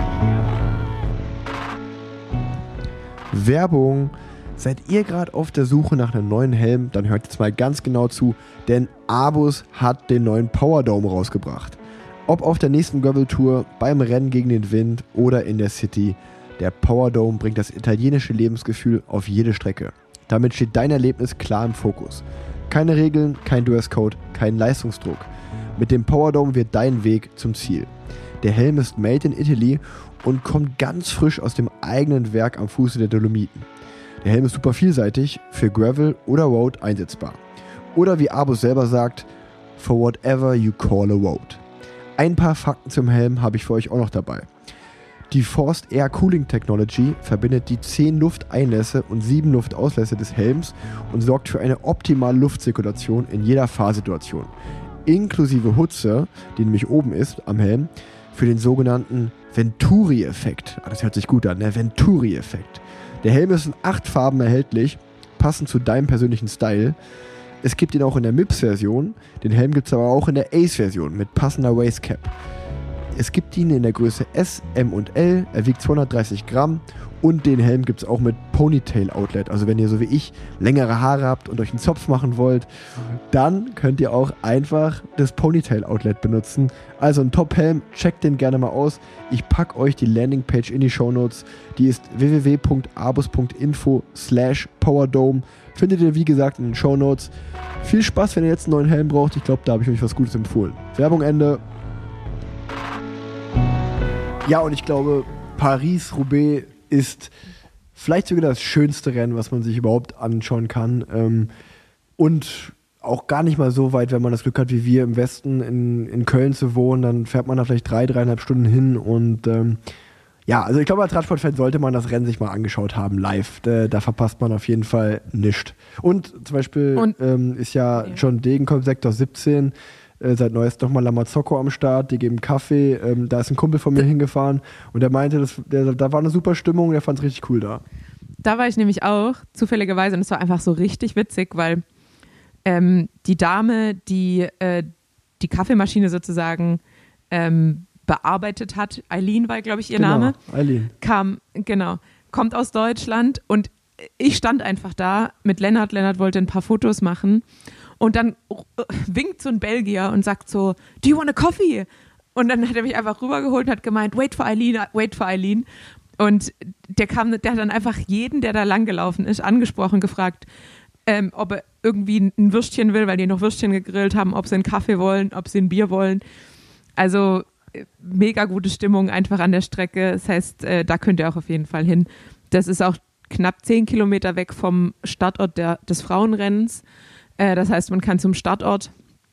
Werbung. Seid ihr gerade auf der Suche nach einem neuen Helm, dann hört jetzt mal ganz genau zu, denn Abus hat den neuen Power Dome rausgebracht. Ob auf der nächsten Gravel-Tour, beim Rennen gegen den Wind oder in der City, der Power Dome bringt das italienische Lebensgefühl auf jede Strecke. Damit steht dein Erlebnis klar im Fokus. Keine Regeln, kein Dresscode, kein Leistungsdruck. Mit dem Power Dome wird dein Weg zum Ziel. Der Helm ist made in Italy und kommt ganz frisch aus dem eigenen Werk am Fuße der Dolomiten. Der Helm ist super vielseitig, für Gravel oder Road einsetzbar. Oder wie Abus selber sagt, for whatever you call a road. Ein paar Fakten zum Helm habe ich für euch auch noch dabei. Die Forced Air Cooling Technology verbindet die zehn Lufteinlässe und sieben Luftauslässe des Helms und sorgt für eine optimale Luftzirkulation in jeder Fahrsituation. Inklusive Hutze, die nämlich oben ist am Helm, für den sogenannten Venturi-Effekt. Ah, das hört sich gut an, ne? Venturi-Effekt. Der Helm ist in acht Farben erhältlich, passend zu deinem persönlichen Style. Es gibt ihn auch in der M I P S-Version, den Helm gibt es aber auch in der Ace-Version mit passender Waistcap. Es gibt ihn in der Größe S, M und L, er wiegt zweihundertdreißig Gramm und den Helm gibt es auch mit Ponytail-Outlet. Also wenn ihr so wie ich längere Haare habt und euch einen Zopf machen wollt, dann könnt ihr auch einfach das Ponytail-Outlet benutzen. Also ein Top-Helm, checkt den gerne mal aus. Ich packe euch die Landingpage in die Shownotes. Die ist w w w punkt abus punkt info slash powerdome. Findet ihr wie gesagt in den Shownotes. Viel Spaß, wenn ihr jetzt einen neuen Helm braucht. Ich glaube, da habe ich euch was Gutes empfohlen. Werbung Ende. Ja, und ich glaube, Paris-Roubaix ist vielleicht sogar das schönste Rennen, was man sich überhaupt anschauen kann. Ähm, und auch gar nicht mal so weit, wenn man das Glück hat, wie wir im Westen in, in Köln zu wohnen, dann fährt man da vielleicht drei, dreieinhalb Stunden hin. Und ähm, ja, also ich glaube, als Radsportfan sollte man das Rennen sich mal angeschaut haben, live. Da, da verpasst man auf jeden Fall nichts. Und zum Beispiel und, ähm, ist ja, ja John Degenkolb, Sektor siebzehn, Äh, seit neuestem nochmal Lamazocco am Start, die geben Kaffee, ähm, da ist ein Kumpel von mir hingefahren und der meinte, das, der, da war eine super Stimmung, der fand es richtig cool da. Da war ich nämlich auch, zufälligerweise, und es war einfach so richtig witzig, weil ähm, die Dame, die äh, die Kaffeemaschine sozusagen ähm, bearbeitet hat, Eileen war, glaube ich, ihr genau, Name, Eileen. kam, genau, kommt aus Deutschland und ich stand einfach da mit Lennart, Lennart wollte ein paar Fotos machen. Und dann winkt so ein Belgier und sagt so, do you want a coffee? Und dann hat er mich einfach rübergeholt und hat gemeint, wait for Eileen, wait for Eileen. Und der kam, der hat dann einfach jeden, der da langgelaufen ist, angesprochen, gefragt, ähm, ob er irgendwie ein Würstchen will, weil die noch Würstchen gegrillt haben, ob sie einen Kaffee wollen, ob sie ein Bier wollen. Also mega gute Stimmung einfach an der Strecke. Das heißt, äh, da könnt ihr auch auf jeden Fall hin. Das ist auch knapp zehn Kilometer weg vom Startort der, des Frauenrennens. Das heißt, man kann zum Startort,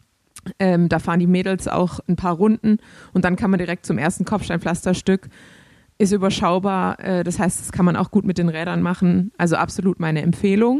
ähm, da fahren die Mädels auch ein paar Runden und dann kann man direkt zum ersten Kopfsteinpflasterstück. Ist überschaubar, äh, das heißt, das kann man auch gut mit den Rädern machen. Also absolut meine Empfehlung.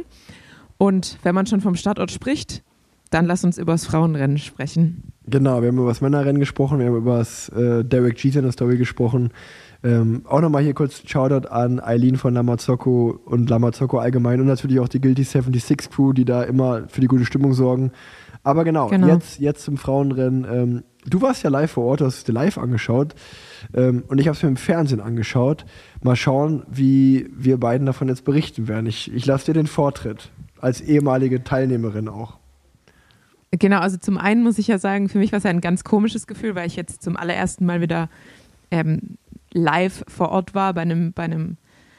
Und wenn man schon vom Startort spricht, dann lass uns über das Frauenrennen sprechen. Genau, wir haben über das Männerrennen gesprochen, wir haben über das äh, Derek Jeter in der Story gesprochen. Ähm, auch nochmal hier kurz Shoutout an Eileen von Lamazocco und Lamazocco allgemein und natürlich auch die Guilty sechsundsiebzig Crew, die da immer für die gute Stimmung sorgen. Aber genau, genau. Jetzt, jetzt zum Frauenrennen. Ähm, du warst ja live vor Ort, du hast es dir live angeschaut ähm, und ich habe es mir im Fernsehen angeschaut. Mal schauen, wie wir beiden davon jetzt berichten werden. Ich, ich lasse dir den Vortritt, als ehemalige Teilnehmerin auch. Genau, also zum einen muss ich ja sagen, für mich war es ja ein ganz komisches Gefühl, weil ich jetzt zum allerersten Mal wieder ähm, live vor Ort war bei einem, bei einem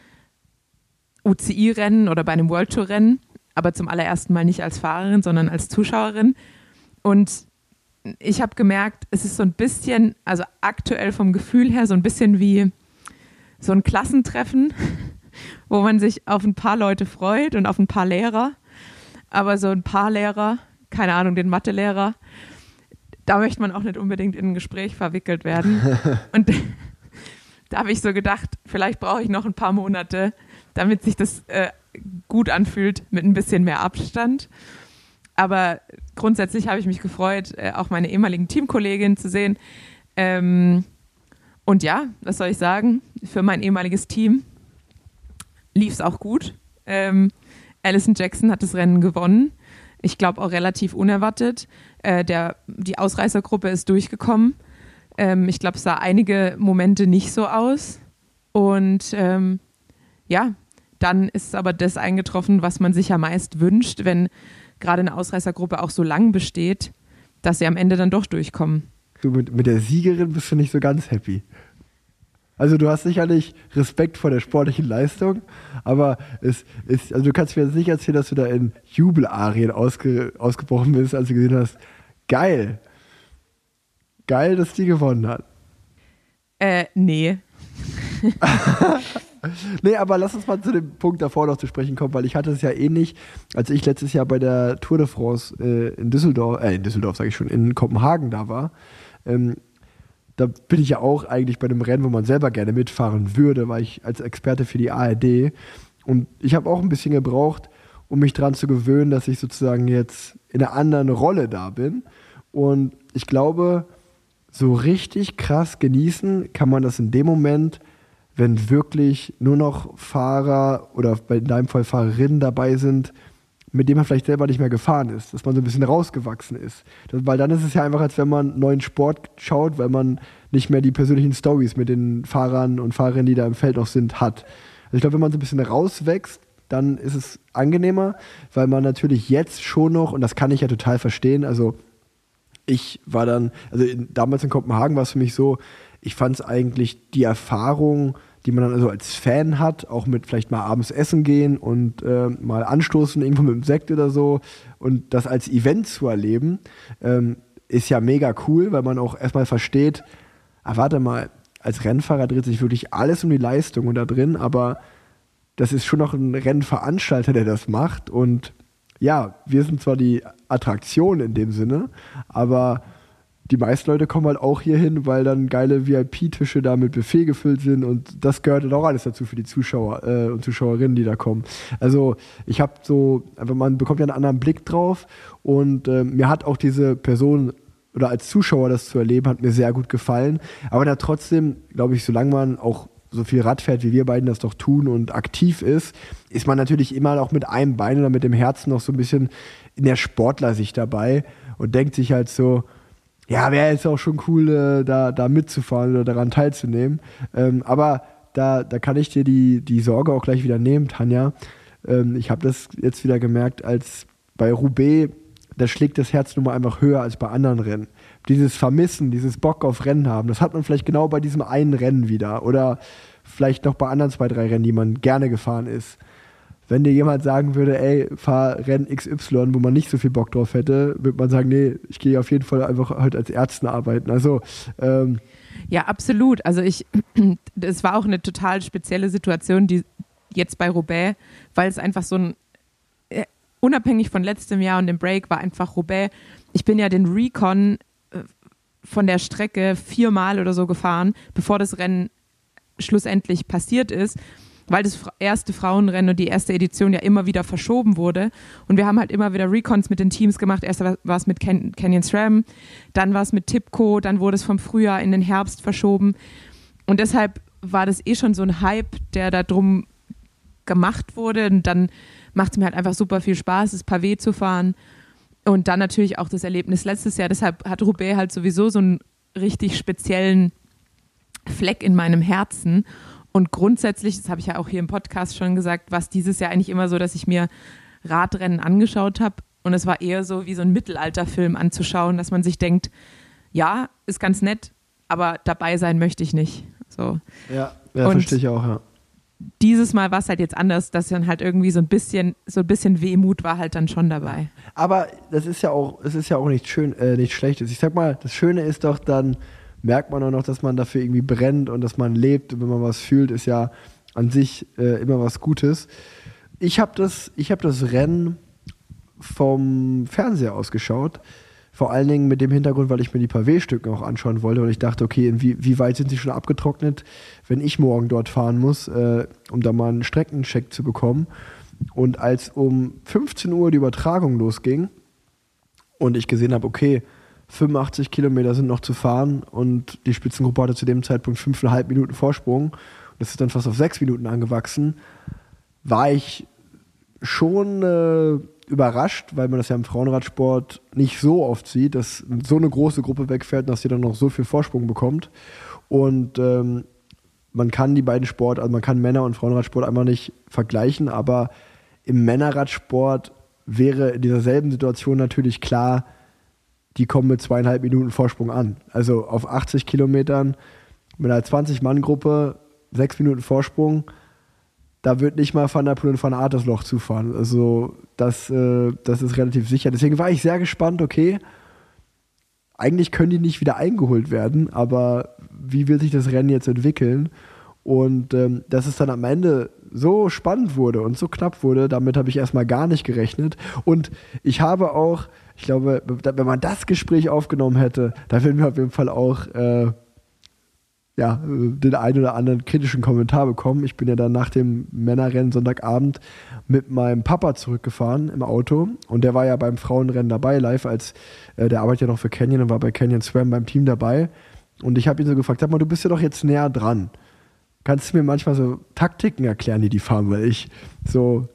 U C I-Rennen oder bei einem World Tour-Rennen, aber zum allerersten Mal nicht als Fahrerin, sondern als Zuschauerin. Und ich habe gemerkt, es ist so ein bisschen, also aktuell vom Gefühl her, so ein bisschen wie so ein Klassentreffen, wo man sich auf ein paar Leute freut und auf ein paar Lehrer. Aber so ein paar Lehrer, keine Ahnung, den Mathelehrer, da möchte man auch nicht unbedingt in ein Gespräch verwickelt werden. Und da habe ich so gedacht, vielleicht brauche ich noch ein paar Monate, damit sich das äh, gut anfühlt, mit ein bisschen mehr Abstand. Aber grundsätzlich habe ich mich gefreut, äh, auch meine ehemaligen Teamkolleginnen zu sehen. Ähm, und ja, was soll ich sagen? Für mein ehemaliges Team lief es auch gut. Ähm, Alison Jackson hat das Rennen gewonnen. Ich glaube auch relativ unerwartet. Äh, der, die Ausreißergruppe ist durchgekommen. Ähm, ich glaube, es sah einige Momente nicht so aus. Und ähm, ja, dann ist aber das eingetroffen, was man sich ja meist wünscht, wenn gerade eine Ausreißergruppe auch so lang besteht, dass sie am Ende dann doch durchkommen. Du mit, mit der Siegerin bist du nicht so ganz happy. Also du hast sicherlich Respekt vor der sportlichen Leistung, aber es ist, also du kannst mir jetzt nicht erzählen, dass du da in Jubelarien ausge, ausgebrochen bist, als du gesehen hast, geil, geil, dass die gewonnen hat. Äh, nee. Nee, aber lass uns mal zu dem Punkt davor noch zu sprechen kommen, weil ich hatte es ja ähnlich, als ich letztes Jahr bei der Tour de France äh, in Düsseldorf, äh, in Düsseldorf sage ich schon, in Kopenhagen da war. Ähm, da bin ich ja auch eigentlich bei einem Rennen, wo man selber gerne mitfahren würde, weil ich als Experte für die A R D und ich habe auch ein bisschen gebraucht, um mich daran zu gewöhnen, dass ich sozusagen jetzt in einer anderen Rolle da bin. Und ich glaube, so richtig krass genießen kann man das in dem Moment, wenn wirklich nur noch Fahrer oder in deinem Fall Fahrerinnen dabei sind, mit dem man vielleicht selber nicht mehr gefahren ist, dass man so ein bisschen rausgewachsen ist. Das, weil dann ist es ja einfach, als wenn man einen neuen Sport schaut, weil man nicht mehr die persönlichen Storys mit den Fahrern und Fahrerinnen, die da im Feld noch sind, hat. Also ich glaube, wenn man so ein bisschen rauswächst, dann ist es angenehmer, weil man natürlich jetzt schon noch, und das kann ich ja total verstehen, also ich war dann, also in, damals in Kopenhagen war es für mich so, ich fand es eigentlich die Erfahrung, die man dann also als Fan hat, auch mit vielleicht mal abends essen gehen und äh, mal anstoßen, irgendwo mit einem Sekt oder so und das als Event zu erleben, ähm, ist ja mega cool, weil man auch erstmal versteht, ah, warte mal, als Rennfahrer dreht sich wirklich alles um die Leistung und da drin, aber das ist schon noch ein Rennveranstalter, der das macht und ja, wir sind zwar die Attraktion in dem Sinne, aber die meisten Leute kommen halt auch hier hin, weil dann geile V I P-Tische da mit Buffet gefüllt sind und das gehört dann auch alles dazu für die Zuschauer äh, und Zuschauerinnen, die da kommen. Also ich habe so, einfach man bekommt ja einen anderen Blick drauf und äh, mir hat auch diese Person oder als Zuschauer das zu erleben, hat mir sehr gut gefallen. Aber da trotzdem, glaube ich, solange man auch so viel Rad fährt, wie wir beiden das doch tun und aktiv ist, ist man natürlich immer noch mit einem Bein oder mit dem Herzen noch so ein bisschen in der Sportlersicht dabei und denkt sich halt so, ja, wäre jetzt auch schon cool, äh, da, da mitzufahren oder daran teilzunehmen. Ähm, aber da, da kann ich dir die, die Sorge auch gleich wieder nehmen, Tanja. Ähm, ich habe das jetzt wieder gemerkt, als bei Roubaix, da schlägt das Herz nun mal einfach höher als bei anderen Rennen. Dieses Vermissen, dieses Bock auf Rennen haben, das hat man vielleicht genau bei diesem einen Rennen wieder oder vielleicht noch bei anderen zwei, drei Rennen, die man gerne gefahren ist. Wenn dir jemand sagen würde, ey, fahr Rennen X Y, wo man nicht so viel Bock drauf hätte, würde man sagen, nee, ich gehe auf jeden Fall einfach halt als Ärztin arbeiten. Also ähm ja, absolut. Also ich, es war auch eine total spezielle Situation, die jetzt bei Roubaix, weil es einfach so ein, äh, unabhängig von letztem Jahr und dem Break, war einfach Roubaix. Ich bin ja den Recon äh, von der Strecke viermal oder so gefahren, bevor das Rennen schlussendlich passiert ist, weil das erste Frauenrennen und die erste Edition ja immer wieder verschoben wurde. Und wir haben halt immer wieder Recons mit den Teams gemacht. Erst war es mit Can- Canyon SRAM, dann war es mit Tipco, dann wurde es vom Frühjahr in den Herbst verschoben. Und deshalb war das eh schon so ein Hype, der da drum gemacht wurde. Und dann macht es mir halt einfach super viel Spaß, das Pavé zu fahren. Und dann natürlich auch das Erlebnis letztes Jahr. Deshalb hat Roubaix halt sowieso so einen richtig speziellen Fleck in meinem Herzen. Und grundsätzlich, das habe ich ja auch hier im Podcast schon gesagt, war es dieses Jahr eigentlich immer so, dass ich mir Radrennen angeschaut habe und es war eher so wie so ein Mittelalterfilm anzuschauen, dass man sich denkt, ja, ist ganz nett, aber dabei sein möchte ich nicht. So. Ja, ja verstehe ich auch, ja. Dieses Mal war es halt jetzt anders, dass dann halt irgendwie so ein bisschen, so ein bisschen Wehmut war halt dann schon dabei. Aber das ist ja auch, es ist ja auch nicht schön, äh, nichts Schlechtes. Ich sag mal, das Schöne ist doch dann, merkt man auch noch, dass man dafür irgendwie brennt und dass man lebt und wenn man was fühlt, ist ja an sich äh, immer was Gutes. Ich habe das, ich hab das Rennen vom Fernseher aus geschaut, vor allen Dingen mit dem Hintergrund, weil ich mir die Pavé-Stücken auch anschauen wollte und ich dachte, okay, wie, wie weit sind sie schon abgetrocknet, wenn ich morgen dort fahren muss, äh, um da mal einen Streckencheck zu bekommen. Und als um fünfzehn Uhr die Übertragung losging und ich gesehen habe, okay, fünfundachtzig Kilometer sind noch zu fahren und die Spitzengruppe hatte zu dem Zeitpunkt fünfeinhalb Minuten Vorsprung. Das ist dann fast auf sechs Minuten angewachsen. War ich schon äh, überrascht, weil man das ja im Frauenradsport nicht so oft sieht, dass so eine große Gruppe wegfährt und dass sie dann noch so viel Vorsprung bekommt. Und ähm, man kann die beiden Sport, also man kann Männer- und Frauenradsport einfach nicht vergleichen, aber im Männerradsport wäre in dieser selben Situation natürlich klar, die kommen mit zweieinhalb Minuten Vorsprung an. Also auf achtzig Kilometern mit einer zwanzig-Mann-Gruppe, sechs Minuten Vorsprung, da wird nicht mal Van der Poel und Van Aert das Loch zufahren. Also das, äh, das ist relativ sicher. Deswegen war ich sehr gespannt, okay, eigentlich können die nicht wieder eingeholt werden, aber wie wird sich das Rennen jetzt entwickeln? Und ähm, dass es dann am Ende so spannend wurde und so knapp wurde, damit habe ich erstmal gar nicht gerechnet. Und ich habe auch, ich glaube, wenn man das Gespräch aufgenommen hätte, da würden wir auf jeden Fall auch äh, ja, den einen oder anderen kritischen Kommentar bekommen. Ich bin ja dann nach dem Männerrennen Sonntagabend mit meinem Papa zurückgefahren im Auto und der war ja beim Frauenrennen dabei live, als äh, der arbeitet ja noch für Canyon und war bei Canyon SRAM beim Team dabei und ich habe ihn so gefragt, sag mal, du bist ja doch jetzt näher dran. Kannst du mir manchmal so Taktiken erklären, die die fahren, weil ich so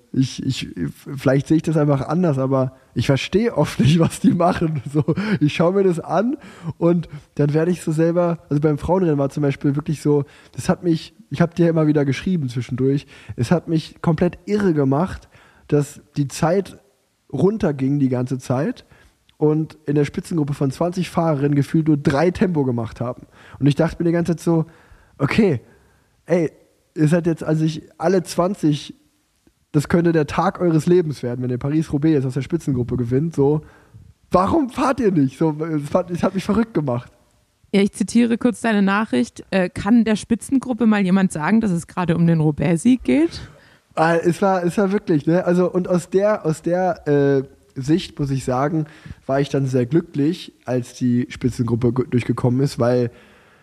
ich, ich, vielleicht sehe ich das einfach anders, aber ich verstehe oft nicht, was die machen. So, ich schaue mir das an und dann werde ich so selber, also beim Frauenrennen war zum Beispiel wirklich so, das hat mich, ich habe dir immer wieder geschrieben zwischendurch, es hat mich komplett irre gemacht, dass die Zeit runterging die ganze Zeit und in der Spitzengruppe von zwanzig Fahrerinnen gefühlt nur drei Tempo gemacht haben. Und ich dachte mir die ganze Zeit so, okay, ey, ihr seid jetzt, also ich alle zwanzig, das könnte der Tag eures Lebens werden, wenn ihr Paris-Roubaix jetzt aus der Spitzengruppe gewinnt, so, warum fahrt ihr nicht? So, das hat, das hat mich verrückt gemacht. Ja, ich zitiere kurz deine Nachricht. Äh, kann der Spitzengruppe mal jemand sagen, dass es gerade um den Roubaix-Sieg geht? Ah, es war, es war wirklich, ne, also und aus der, aus der äh, Sicht, muss ich sagen, war ich dann sehr glücklich, als die Spitzengruppe g- durchgekommen ist, weil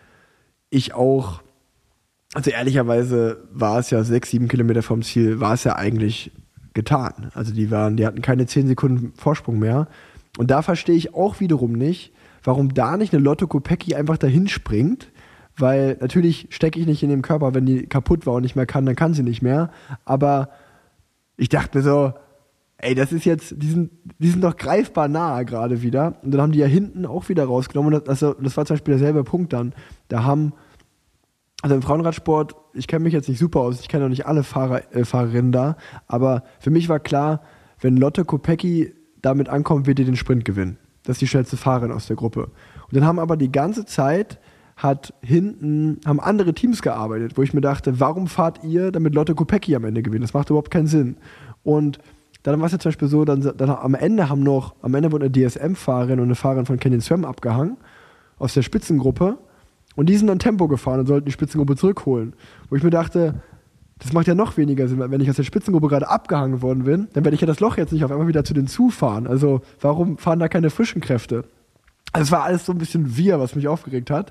ich auch, also ehrlicherweise war es ja sechs, sieben Kilometer vom Ziel, war es ja eigentlich getan. Also die waren, die hatten keine zehn Sekunden Vorsprung mehr. Und da verstehe ich auch wiederum nicht, warum da nicht eine Lotto Kopecky einfach dahin springt, weil natürlich stecke ich nicht in dem Körper, wenn die kaputt war und nicht mehr kann, dann kann sie nicht mehr. Aber ich dachte mir so, ey, das ist jetzt, die sind, die sind doch greifbar nahe gerade wieder. Und dann haben die ja hinten auch wieder rausgenommen. Und das, also, das war zum Beispiel derselbe Punkt dann. Da haben Also im Frauenradsport, ich kenne mich jetzt nicht super aus, ich kenne auch nicht alle Fahrer, äh, Fahrerinnen da, aber für mich war klar, wenn Lotte Kopecky damit ankommt, wird die den Sprint gewinnen. Das ist die schnellste Fahrerin aus der Gruppe. Und dann haben aber die ganze Zeit, hat hinten, haben andere Teams gearbeitet, wo ich mir dachte, warum fahrt ihr, damit Lotte Kopecky am Ende gewinnt? Das macht überhaupt keinen Sinn. Und dann war es ja zum Beispiel so, dann, dann am Ende haben noch, am Ende wurde eine D S M-Fahrerin und eine Fahrerin von Canyon SRAM abgehangen, aus der Spitzengruppe. Und die sind dann Tempo gefahren und sollten die Spitzengruppe zurückholen. Wo ich mir dachte, das macht ja noch weniger Sinn, weil wenn ich aus der Spitzengruppe gerade abgehangen worden bin, dann werde ich ja das Loch jetzt nicht auf einmal wieder zu den zufahren. Also warum fahren da keine frischen Kräfte? Also es war alles so ein bisschen wir, was mich aufgeregt hat.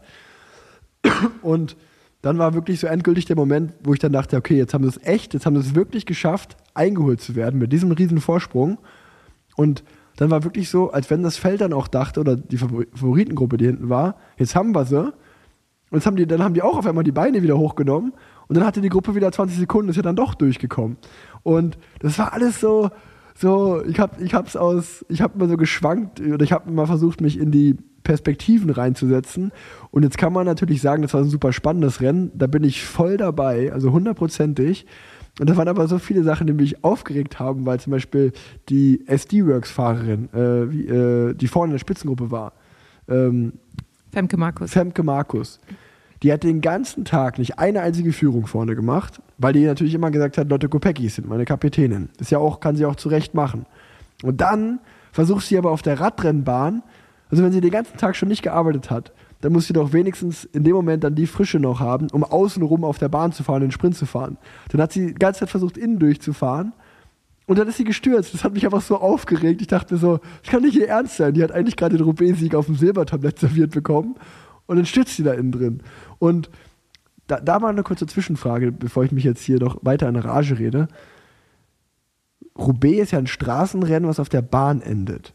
Und dann war wirklich so endgültig der Moment, wo ich dann dachte, okay, jetzt haben sie es echt, jetzt haben sie es wirklich geschafft, eingeholt zu werden mit diesem riesen Vorsprung. Und dann war wirklich so, als wenn das Feld dann auch dachte, oder die Favoritengruppe, die hinten war, jetzt haben wir sie. Und jetzt haben die, dann haben die auch auf einmal die Beine wieder hochgenommen und dann hatte die Gruppe wieder zwanzig Sekunden, ist ja dann doch durchgekommen. Und das war alles so, so ich habe ich hab's aus, ich habe immer so geschwankt oder ich habe immer versucht, mich in die Perspektiven reinzusetzen. Und jetzt kann man natürlich sagen, das war ein super spannendes Rennen, da bin ich voll dabei, also hundertprozentig. Und da waren aber so viele Sachen, die mich aufgeregt haben, weil zum Beispiel die S D-Works-Fahrerin, äh, wie, äh, die vorne in der Spitzengruppe war, ähm, Femke Markus. Femke Markus. Die hat den ganzen Tag nicht eine einzige Führung vorne gemacht, weil die natürlich immer gesagt hat, Lotte Kopecky sind meine Kapitänin. Das ist ja auch, kann sie auch zu Recht machen. Und dann versucht sie aber auf der Radrennbahn, also wenn sie den ganzen Tag schon nicht gearbeitet hat, dann muss sie doch wenigstens in dem Moment dann die Frische noch haben, um außenrum auf der Bahn zu fahren, den Sprint zu fahren. Dann hat sie die ganze Zeit versucht, innen durchzufahren. Und dann ist sie gestürzt. Das hat mich einfach so aufgeregt. Ich dachte mir so, das kann nicht ihr Ernst sein. Die hat eigentlich gerade den Roubaix-Sieg auf dem Silbertablett serviert bekommen. Und dann stürzt sie da innen drin. Und da, da mal eine kurze Zwischenfrage, bevor ich mich jetzt hier noch weiter in Rage rede. Roubaix ist ja ein Straßenrennen, was auf der Bahn endet.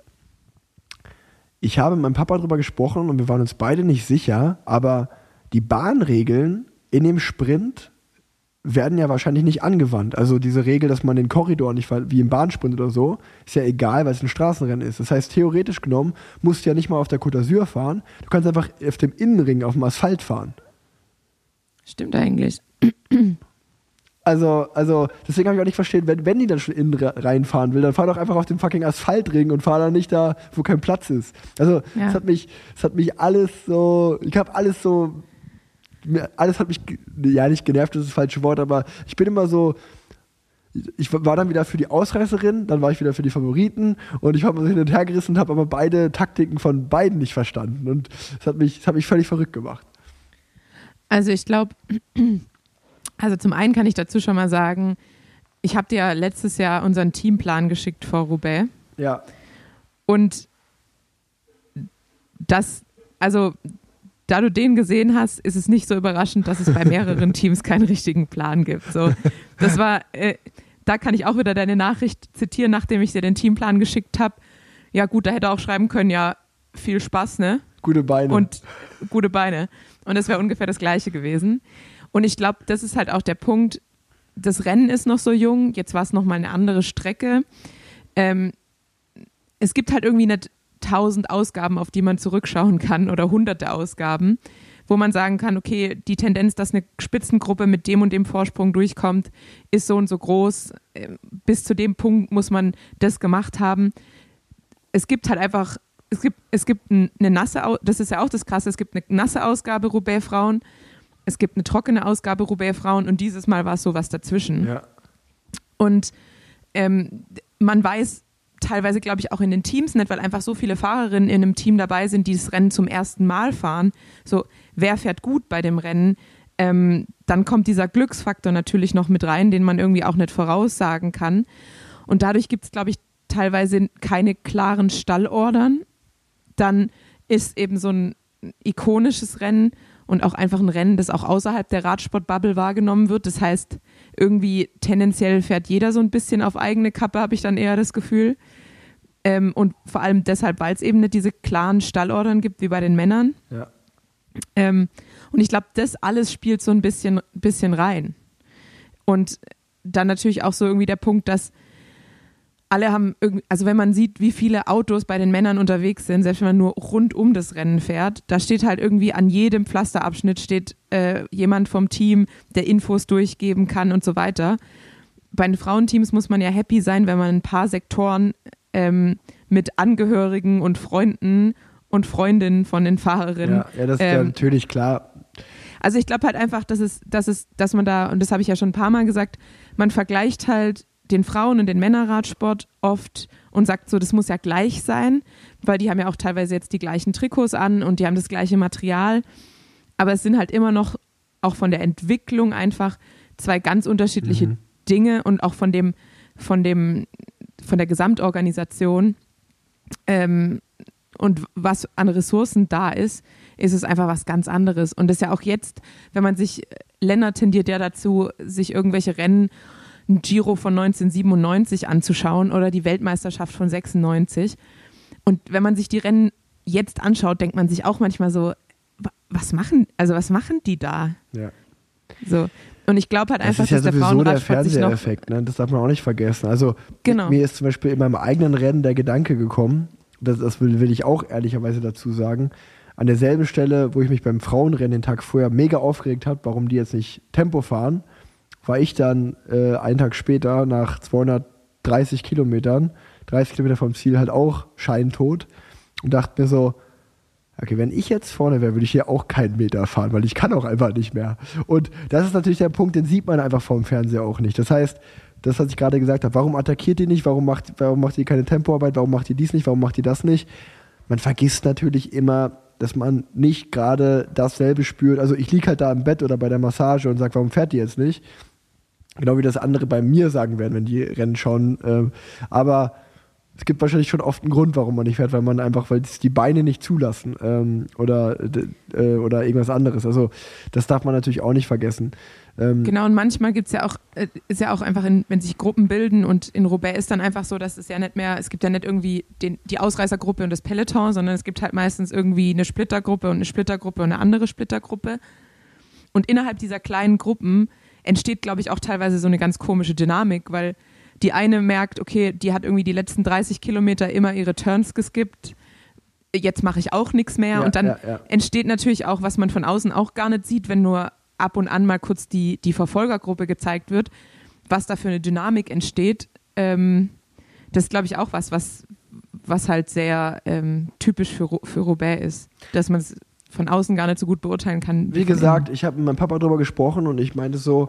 Ich habe mit meinem Papa darüber gesprochen und wir waren uns beide nicht sicher, aber die Bahnregeln in dem Sprint werden ja wahrscheinlich nicht angewandt. Also diese Regel, dass man den Korridor nicht, wie im Bahnsprint oder so, ist ja egal, weil es ein Straßenrennen ist. Das heißt, theoretisch genommen musst du ja nicht mal auf der Côte d'Azur fahren, du kannst einfach auf dem Innenring, auf dem Asphalt fahren. Stimmt eigentlich. Also, also deswegen habe ich auch nicht verstanden, wenn, wenn die dann schon innen reinfahren will, dann fahr doch einfach auf dem fucking Asphaltring und fahr dann nicht da, wo kein Platz ist. Also Ja. es hat mich, es hat mich alles so, ich habe alles so, alles hat mich, ja nicht genervt, das ist das falsche Wort, aber ich bin immer so, ich war dann wieder für die Ausreißerin, dann war ich wieder für die Favoriten und ich habe so hin und her gerissen und habe aber beide Taktiken von beiden nicht verstanden und es hat mich, es hat mich völlig verrückt gemacht. Also ich glaube, also zum einen kann ich dazu schon mal sagen, ich habe dir ja letztes Jahr unseren Teamplan geschickt vor Roubaix. Ja. Und das, also da du den gesehen hast, ist es nicht so überraschend, dass es bei mehreren Teams keinen richtigen Plan gibt. So, das war, äh, da kann ich auch wieder deine Nachricht zitieren, nachdem ich dir den Teamplan geschickt habe. Ja gut, da hätte er auch schreiben können, ja, viel Spaß, ne? Gute Beine. Und gute Beine. Und das wäre ungefähr das Gleiche gewesen. Und ich glaube, das ist halt auch der Punkt, das Rennen ist noch so jung, jetzt war es nochmal eine andere Strecke. Ähm, es gibt halt irgendwie nicht tausend Ausgaben, auf die man zurückschauen kann oder hunderte Ausgaben, wo man sagen kann, okay, die Tendenz, dass eine Spitzengruppe mit dem und dem Vorsprung durchkommt, ist so und so groß. Bis zu dem Punkt muss man das gemacht haben. Es gibt halt einfach, es gibt, es gibt eine nasse, das ist ja auch das Krasse, es gibt eine nasse Ausgabe Roubaix-Frauen, es gibt eine trockene Ausgabe Roubaix-Frauen und dieses Mal war es sowas dazwischen. Ja. Und ähm, man weiß teilweise, glaube ich, auch in den Teams nicht, weil einfach so viele Fahrerinnen in einem Team dabei sind, die das Rennen zum ersten Mal fahren. So, wer fährt gut bei dem Rennen? Ähm, dann kommt dieser Glücksfaktor natürlich noch mit rein, den man irgendwie auch nicht voraussagen kann. Und dadurch gibt es, glaube ich, teilweise keine klaren Stallordern. Dann ist eben so ein ikonisches Rennen und auch einfach ein Rennen, das auch außerhalb der Radsportbubble wahrgenommen wird. Das heißt, irgendwie tendenziell fährt jeder so ein bisschen auf eigene Kappe, habe ich dann eher das Gefühl. Ähm, und vor allem deshalb, weil es eben nicht diese klaren Stallordern gibt wie bei den Männern. Ja. Ähm, und ich glaube, das alles spielt so ein bisschen, bisschen rein. Und dann natürlich auch so irgendwie der Punkt, dass alle haben irgendwie, also wenn man sieht, wie viele Autos bei den Männern unterwegs sind, selbst wenn man nur rund um das Rennen fährt, da steht halt irgendwie an jedem Pflasterabschnitt steht äh, jemand vom Team, der Infos durchgeben kann und so weiter. Bei den Frauenteams muss man ja happy sein, wenn man ein paar Sektoren ähm, mit Angehörigen und Freunden und Freundinnen von den Fahrerinnen. Ja, ja das ist ähm, ja natürlich klar. Also ich glaube halt einfach, dass es, dass es, dass man da, und das habe ich ja schon ein paar Mal gesagt, man vergleicht halt den Frauen- und den Männerradsport oft und sagt so, das muss ja gleich sein, weil die haben ja auch teilweise jetzt die gleichen Trikots an und die haben das gleiche Material, aber es sind halt immer noch auch von der Entwicklung einfach zwei ganz unterschiedliche mhm. Dinge und auch von dem, von dem, von der Gesamtorganisation ähm, und was an Ressourcen da ist, ist es einfach was ganz anderes. Und das ist ja auch jetzt, wenn man sich, Lennart tendiert ja dazu, sich irgendwelche Rennen, ein Giro von neunzehnhundertsiebenundneunzig anzuschauen oder die Weltmeisterschaft von sechsundneunzig. Und wenn man sich die Rennen jetzt anschaut, denkt man sich auch manchmal so, was machen, also was machen die da? Ja. So. Und ich glaube halt einfach, das ist ja dass der sowieso Frauenradsport der sich noch... Fernseheffekt, ne? Das darf man auch nicht vergessen. Also genau. Mir ist zum Beispiel in meinem eigenen Rennen der Gedanke gekommen, das, das will, will ich auch ehrlicherweise dazu sagen, an derselben Stelle, wo ich mich beim Frauenrennen den Tag vorher mega aufgeregt habe, warum die jetzt nicht Tempo fahren, war ich dann äh, einen Tag später nach zweihundertdreißig Kilometern, dreißig Kilometer vom Ziel halt auch scheintot und dachte mir so, okay, wenn ich jetzt vorne wäre, würde ich hier auch keinen Meter fahren, weil ich kann auch einfach nicht mehr. Und das ist natürlich der Punkt, den sieht man einfach vom Fernseher auch nicht. Das heißt, das, was ich gerade gesagt habe, warum attackiert ihr nicht, warum macht, warum macht ihr keine Tempoarbeit, warum macht ihr dies nicht, warum macht ihr das nicht? Man vergisst natürlich immer, dass man nicht gerade dasselbe spürt. Also ich liege halt da im Bett oder bei der Massage und sage, warum fährt die jetzt nicht? Genau wie das andere bei mir sagen werden, wenn die Rennen schauen. Ähm, aber es gibt wahrscheinlich schon oft einen Grund, warum man nicht fährt, weil man einfach, weil es die Beine nicht zulassen ähm, oder, äh, oder irgendwas anderes. Also das darf man natürlich auch nicht vergessen. Ähm, genau, und manchmal gibt es ja auch, äh, ist ja auch einfach, in, wenn sich Gruppen bilden und in Roubaix ist dann einfach so, dass es ja nicht mehr, es gibt ja nicht irgendwie den, die Ausreißergruppe und das Peloton, sondern es gibt halt meistens irgendwie eine Splittergruppe und eine Splittergruppe und eine andere Splittergruppe. Und innerhalb dieser kleinen Gruppen entsteht, glaube ich, auch teilweise so eine ganz komische Dynamik, weil die eine merkt, okay, die hat irgendwie die letzten dreißig Kilometer immer ihre Turns geskippt, jetzt mache ich auch nichts mehr. Ja, und dann ja, ja. entsteht natürlich auch, was man von außen auch gar nicht sieht, wenn nur ab und an mal kurz die, die Verfolgergruppe gezeigt wird, was da für eine Dynamik entsteht. Ähm, das ist, glaube ich, auch was, was, was halt sehr ähm, typisch für, für Roubaix ist, dass man es von außen gar nicht so gut beurteilen kann. Wie, wie gesagt, innen. Ich habe mit meinem Papa darüber gesprochen und ich meinte so,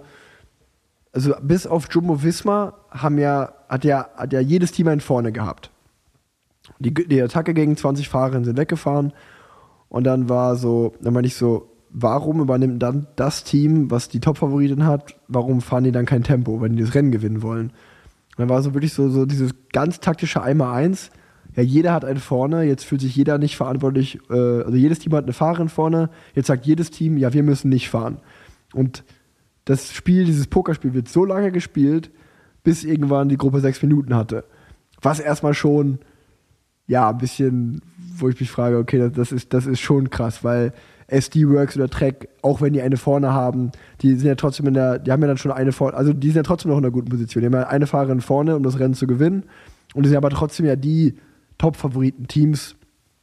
also bis auf Jumbo-Visma haben ja, hat, ja, hat ja jedes Team einen vorne gehabt. Die, die Attacke gegen zwanzig Fahrerinnen sind weggefahren und dann war so, dann meine ich so, warum übernimmt dann das Team, was die Top-Favoritin hat, warum fahren die dann kein Tempo, wenn die das Rennen gewinnen wollen? Und dann war so wirklich so, so dieses ganz taktische Einmal-Eins, ja, jeder hat einen vorne, jetzt fühlt sich jeder nicht verantwortlich, äh, also jedes Team hat eine Fahrerin vorne, jetzt sagt jedes Team, ja, wir müssen nicht fahren. Und das Spiel, dieses Pokerspiel wird so lange gespielt, bis irgendwann die Gruppe sechs Minuten hatte. Was erstmal schon, ja, ein bisschen, wo ich mich frage, okay, das ist, das ist schon krass, weil S D-Works oder Trek, auch wenn die eine vorne haben, die sind ja trotzdem in der, die haben ja dann schon eine vorne, also die sind ja trotzdem noch in einer guten Position. Die haben ja eine Fahrerin vorne, um das Rennen zu gewinnen. Und die sind aber trotzdem ja die Top-Favoriten-Teams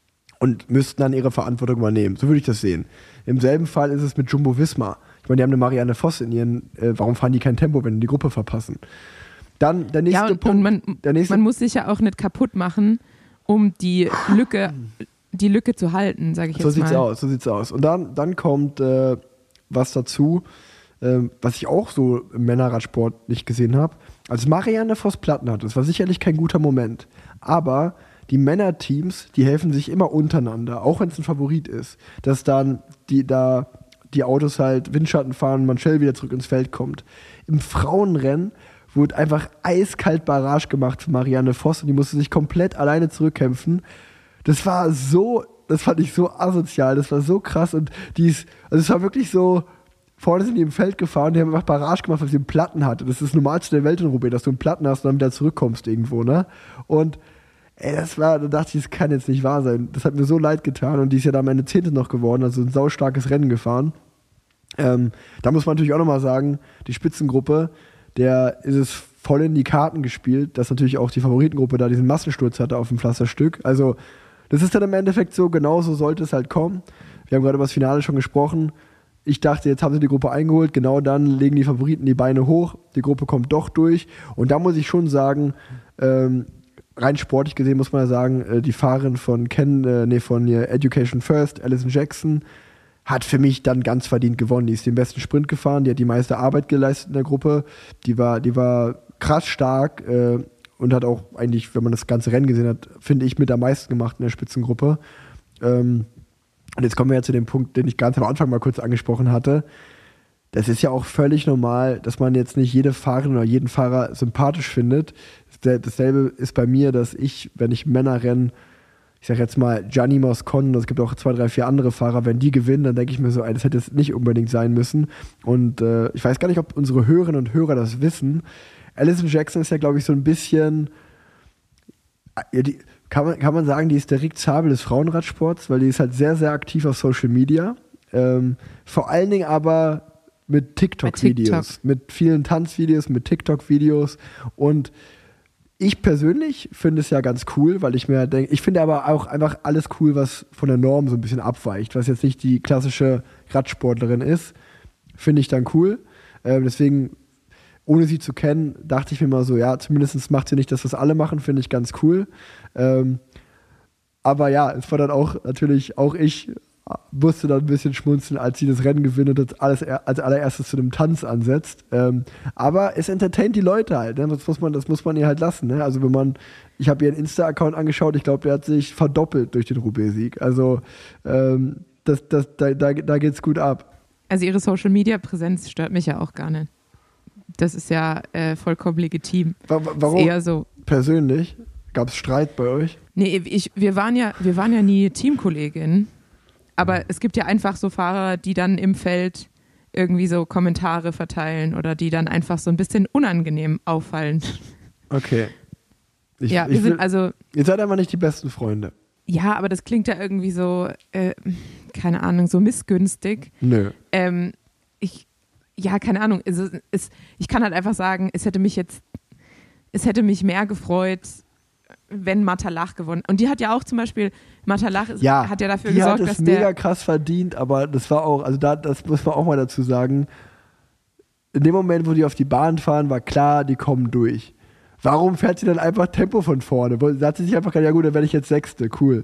und müssten dann ihre Verantwortung übernehmen. So würde ich das sehen. Im selben Fall ist es mit Jumbo Visma. Ich meine, die haben eine Marianne Voss in ihren, äh, warum fahren die kein Tempo, wenn die die Gruppe verpassen? Dann der nächste ja, und, Punkt. Und man, der nächste man muss sich ja auch nicht kaputt machen, um die Lücke, die Lücke zu halten, sage ich jetzt so mal. So sieht's aus, so sieht's aus. Und dann, dann kommt äh, was dazu, äh, was ich auch so im Männerradsport nicht gesehen habe. Als Marianne Voss Platten hatte, das war sicherlich kein guter Moment, aber die Männerteams, die helfen sich immer untereinander, auch wenn es ein Favorit ist, dass dann die da die Autos halt Windschatten fahren und man schnell wieder zurück ins Feld kommt. Im Frauenrennen wurde einfach eiskalt Barrage gemacht für Marianne Voss und die musste sich komplett alleine zurückkämpfen. Das war so, das fand ich so asozial, das war so krass und die ist, also es war wirklich so, vorne sind die im Feld gefahren, die haben einfach Barrage gemacht, weil sie einen Platten hatte. Das ist das Normalste der Welt in Roubaix, dass du einen Platten hast und dann wieder zurückkommst irgendwo, ne? Und ey, das war, da dachte ich, das kann jetzt nicht wahr sein. Das hat mir so leid getan und die ist ja da am Ende Zehnte noch geworden, also ein saustarkes Rennen gefahren. Ähm, da muss man natürlich auch nochmal sagen, die Spitzengruppe, der ist es voll in die Karten gespielt, dass natürlich auch die Favoritengruppe da diesen Massensturz hatte auf dem Pflasterstück. Also das ist dann im Endeffekt so, genau so sollte es halt kommen. Wir haben gerade über das Finale schon gesprochen. Ich dachte, jetzt haben sie die Gruppe eingeholt, genau dann legen die Favoriten die Beine hoch, die Gruppe kommt doch durch und da muss ich schon sagen, ähm, rein sportlich gesehen muss man ja sagen, äh, die Fahrerin von Ken, äh, nee, von äh, Education First, Alison Jackson, hat für mich dann ganz verdient gewonnen. Die ist den besten Sprint gefahren, die hat die meiste Arbeit geleistet in der Gruppe, die war, die war krass stark äh, und hat auch eigentlich, wenn man das ganze Rennen gesehen hat, finde ich, mit am meisten gemacht in der Spitzengruppe. Ähm, und jetzt kommen wir ja zu dem Punkt, den ich ganz am Anfang mal kurz angesprochen hatte. Das ist ja auch völlig normal, dass man jetzt nicht jede Fahrerin oder jeden Fahrer sympathisch findet. Dasselbe ist bei mir, dass ich, wenn ich Männer renne, ich sag jetzt mal Gianni Moscon, es gibt auch zwei, drei, vier andere Fahrer, wenn die gewinnen, dann denke ich mir so, ey, das hätte es nicht unbedingt sein müssen. Und äh, ich weiß gar nicht, ob unsere Hörerinnen und Hörer das wissen. Alison Jackson ist ja, glaube ich, so ein bisschen, ja, die, kann, man, kann man sagen, die ist der Rick Zabel des Frauenradsports, weil die ist halt sehr, sehr aktiv auf Social Media. Ähm, vor allen Dingen aber mit TikTok-Videos, TikTok. mit vielen Tanzvideos, mit TikTok-Videos und ich persönlich finde es ja ganz cool, weil ich mir denke, ich finde aber auch einfach alles cool, was von der Norm so ein bisschen abweicht, was jetzt nicht die klassische Radsportlerin ist, finde ich dann cool. Äh, deswegen, ohne sie zu kennen, dachte ich mir mal so, ja, zumindest macht sie nicht das, was alle machen, finde ich ganz cool. Ähm, aber ja, es war dann auch natürlich, auch ich musste dann ein bisschen schmunzeln, als sie das Rennen gewinnt und alles als allererstes zu einem Tanz ansetzt. Ähm, aber es entertaint die Leute halt, ne? Das muss man, das muss man ihr halt lassen. Ne? Also wenn man, ich habe ihren Insta-Account angeschaut, ich glaube, der hat sich verdoppelt durch den Roubaix-Sieg. Also ähm, das, das, da, da, da geht's gut ab. Also ihre Social-Media-Präsenz stört mich ja auch gar nicht. Das ist ja äh, vollkommen legitim. Warum? Ist eher so. Persönlich? Gab es Streit bei euch? Nee, ich, wir, waren ja, wir waren ja nie Teamkolleginnen. Aber es gibt ja einfach so Fahrer, die dann im Feld irgendwie so Kommentare verteilen oder die dann einfach so ein bisschen unangenehm auffallen. Okay. Ich, ja, wir ich sind will, also. Ihr seid einfach nicht die besten Freunde. Ja, aber das klingt ja irgendwie so, äh, keine Ahnung, so missgünstig. Nö. Ähm, ich, ja, keine Ahnung. Es, es, ich kann halt einfach sagen, es hätte mich jetzt, es hätte mich mehr gefreut, wenn Matalach gewonnen. Und die hat ja auch zum Beispiel, Matalach ja, hat ja dafür die gesorgt, hat es dass mega der krass verdient, aber das war auch, also da, das muss man auch mal dazu sagen, in dem Moment, wo die auf die Bahn fahren, war klar, die kommen durch. Warum fährt sie dann einfach Tempo von vorne? Da hat sie sich einfach gedacht, ja gut, dann werde ich jetzt Sechste, cool.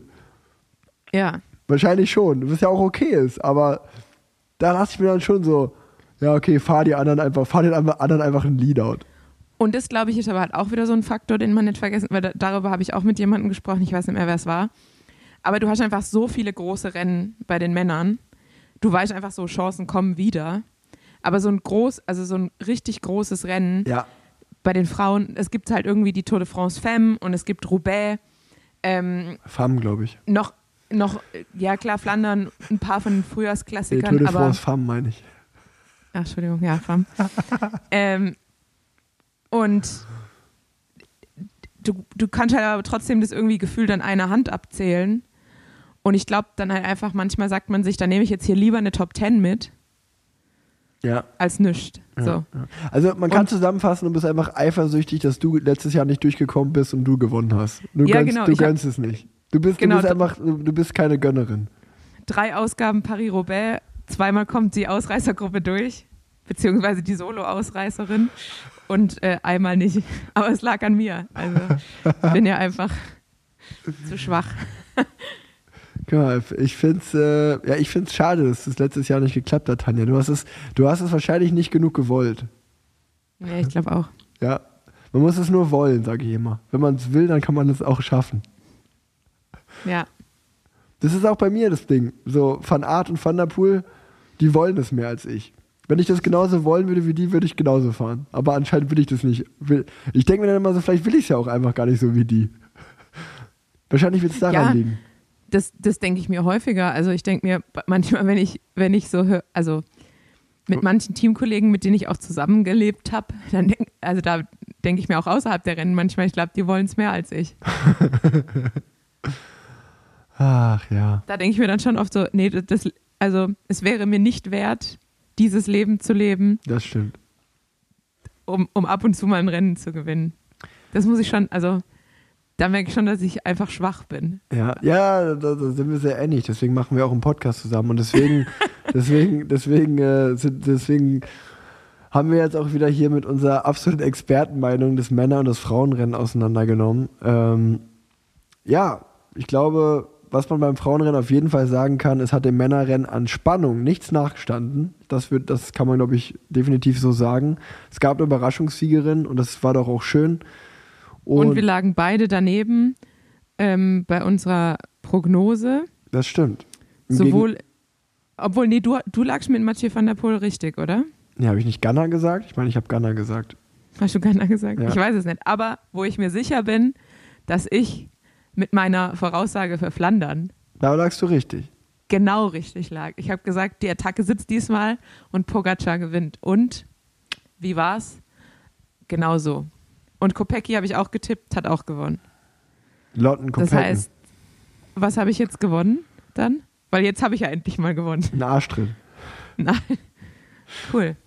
Ja. Wahrscheinlich schon, was ja auch okay ist, aber da lasse ich mir dann schon so, ja okay, fahr die anderen einfach, fahr den anderen einfach ein Leadout. Und das, glaube ich, ist aber halt auch wieder so ein Faktor, den man nicht vergessen, weil da, darüber habe ich auch mit jemandem gesprochen, ich weiß nicht mehr, wer es war. Aber du hast einfach so viele große Rennen bei den Männern. Du weißt einfach so, Chancen kommen wieder. Aber so ein groß, also so ein richtig großes Rennen ja. bei den Frauen, es gibt halt irgendwie die Tour de France Femme und es gibt Roubaix. Ähm, Femme, glaube ich. Noch, noch, ja klar, Flandern, ein paar von den Frühjahrsklassikern. Die Tour de aber, France Femme, meine ich. Ach, Entschuldigung, ja, Femme. ähm, Und du, du kannst halt aber trotzdem das irgendwie Gefühl an einer Hand abzählen. Und ich glaube dann halt einfach, manchmal sagt man sich, dann nehme ich jetzt hier lieber eine Top Ten mit, Ja. als nichts. Ja, So. ja. Also man kann Und- zusammenfassen, du bist einfach eifersüchtig, dass du letztes Jahr nicht durchgekommen bist und du gewonnen hast. Du Ja, gönnst, genau, du ich hab- gönnst es nicht. Du bist, Genau, du bist d- einfach, du bist keine Gönnerin. Drei Ausgaben Paris-Roubaix, zweimal kommt die Ausreißergruppe durch, beziehungsweise die Solo-Ausreißerin und äh, einmal nicht. Aber es lag an mir. Also ich bin ja einfach zu schwach. Guck mal, ich finde es äh, ja, ich find's schade, dass es letztes Jahr nicht geklappt hat, Tanja. Du hast es, du hast es wahrscheinlich nicht genug gewollt. Ja, ich glaube auch. Ja, man muss es nur wollen, sage ich immer. Wenn man es will, dann kann man es auch schaffen. Ja. Das ist auch bei mir das Ding. So, Van Aert und Van der Poel, die wollen es mehr als ich. Wenn ich das genauso wollen würde wie die, würde ich genauso fahren. Aber anscheinend will ich das nicht. Will- Ich denke mir dann immer so, vielleicht will ich es ja auch einfach gar nicht so wie die. Wahrscheinlich wird es daran Ja. liegen. Das, das denke ich mir häufiger. Also ich denke mir manchmal, wenn ich, wenn ich so höre, also mit manchen Teamkollegen, mit denen ich auch zusammengelebt habe, dann denk, also da denke ich mir auch außerhalb der Rennen manchmal, ich glaube, die wollen es mehr als ich. Ach ja. Da denke ich mir dann schon oft so, nee, das, also es wäre mir nicht wert, dieses Leben zu leben, Das stimmt. um, um ab und zu mal ein Rennen zu gewinnen. Das muss ich schon, also da merke ich schon, dass ich einfach schwach bin. Ja, ja, da, da sind wir sehr ähnlich. Deswegen machen wir auch einen Podcast zusammen. Und deswegen, deswegen, deswegen, äh, sind, deswegen haben wir jetzt auch wieder hier mit unserer absoluten Expertenmeinung des Männer- und des Frauenrennen auseinandergenommen. Ähm, ja, ich glaube, was man beim Frauenrennen auf jeden Fall sagen kann, es hat dem Männerrennen an Spannung nichts nachgestanden. Das, wird, das kann man, glaube ich, definitiv so sagen. Es gab eine Überraschungssiegerin und das war doch auch schön. Und, wir lagen beide daneben ähm, bei unserer Prognose. Das stimmt. Im Sowohl, obwohl, nee, du, du lagst mit Mathieu van der Poel richtig, oder? Ja, habe ich nicht Ganna gesagt? Ich meine, ich habe Ganna gesagt. Hast du keiner gesagt? Ja. Ich weiß es nicht. Aber wo ich mir sicher bin, dass ich mit meiner Voraussage für Flandern Da lagst du richtig. genau richtig lag. Ich habe gesagt, die Attacke sitzt diesmal und Pogacar gewinnt. Und wie war's? Genau so. Und Kopecky habe ich auch getippt, hat auch gewonnen. Lotten, Das Kopecken. heißt, was habe ich jetzt gewonnen dann? Weil jetzt habe ich ja endlich mal gewonnen. Ein Arsch drin. Nein. Cool.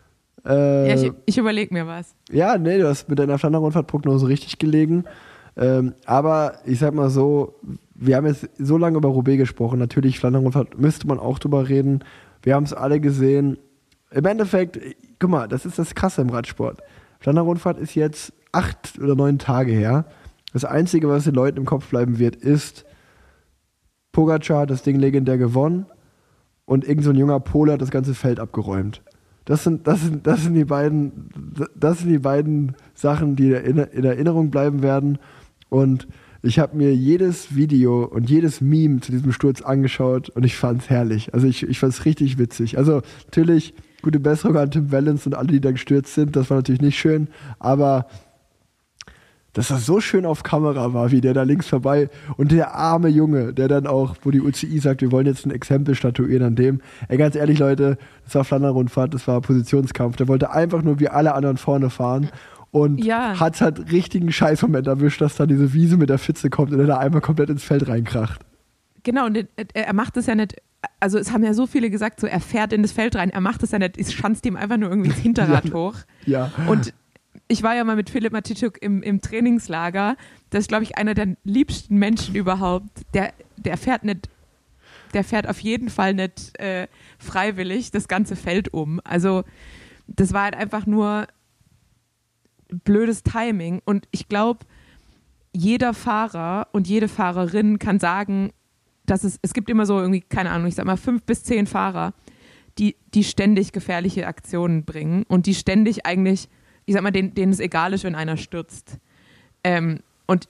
Äh, Ja, ich, ich überlege mir was. ja, nee, du hast mit deiner Flandern-Rundfahrt-Prognose richtig gelegen. Ähm, aber ich sag mal so, wir haben jetzt so lange über Roubaix gesprochen. Natürlich, Flandern-Rundfahrt müsste man auch drüber reden. Wir haben es alle gesehen. Im Endeffekt, guck mal, das ist das Krasse im Radsport. Flandern-Rundfahrt ist jetzt acht oder neun Tage her. Das Einzige, was den Leuten im Kopf bleiben wird, ist, Pogacar hat das Ding legendär gewonnen und irgend so ein junger Pole hat das ganze Feld abgeräumt. Das sind, das sind, das sind die beiden, das sind die beiden Sachen, die in Erinnerung bleiben werden. Und ich habe mir jedes Video und jedes Meme zu diesem Sturz angeschaut und ich fand es herrlich. Also ich, ich fand es richtig witzig. Also natürlich gute Besserung an Tim Wellens und alle, die da gestürzt sind. Das war natürlich nicht schön, aber dass das so schön auf Kamera war, wie der da links vorbei und der arme Junge, der dann auch, wo die U C I sagt, wir wollen jetzt ein Exempel statuieren an dem. Ey, ganz ehrlich, Leute, das war Flandern-Rundfahrt, das war Positionskampf. Der wollte einfach nur wie alle anderen vorne fahren und Ja. hat halt richtigen Scheißmoment erwischt, dass da diese Wiese mit der Pfütze kommt und er da einmal komplett ins Feld reinkracht. Genau, und er, er macht es ja nicht, also es haben ja so viele gesagt, so er fährt in das Feld rein, er macht es ja nicht, es schanzt ihm einfach nur irgendwie das Hinterrad Ja. hoch. Ja. Und ich war ja mal mit Philipp Matitschuk im, im Trainingslager, das ist, glaube ich, einer der liebsten Menschen überhaupt, der, der fährt nicht, der fährt auf jeden Fall nicht äh, freiwillig das ganze Feld um. Also das war halt einfach nur blödes Timing und ich glaube, jeder Fahrer und jede Fahrerin kann sagen, dass es, es gibt immer so irgendwie, keine Ahnung, ich sag mal fünf bis zehn Fahrer, die, die ständig gefährliche Aktionen bringen und die ständig eigentlich, ich sag mal, denen, denen es egal ist, wenn einer stürzt. Ähm, und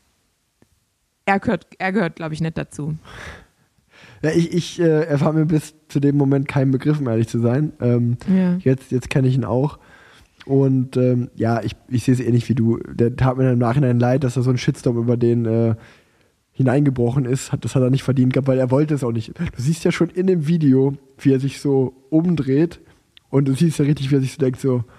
er gehört, er gehört, glaube ich, nicht dazu. Ja, ich, ich äh, er war mir bis zu dem Moment kein Begriff, um ehrlich zu sein. Ähm, Ja. Jetzt, jetzt kenne ich ihn auch. Und ähm, ja, ich, ich sehe es ähnlich wie du. Der tat mir im Nachhinein leid, dass da so ein Shitstorm über den äh, hineingebrochen ist. Hat, das hat er nicht verdient gehabt, weil er wollte es auch nicht. Du siehst ja schon in dem Video, wie er sich so umdreht und du siehst ja richtig, wie er sich so denkt, so,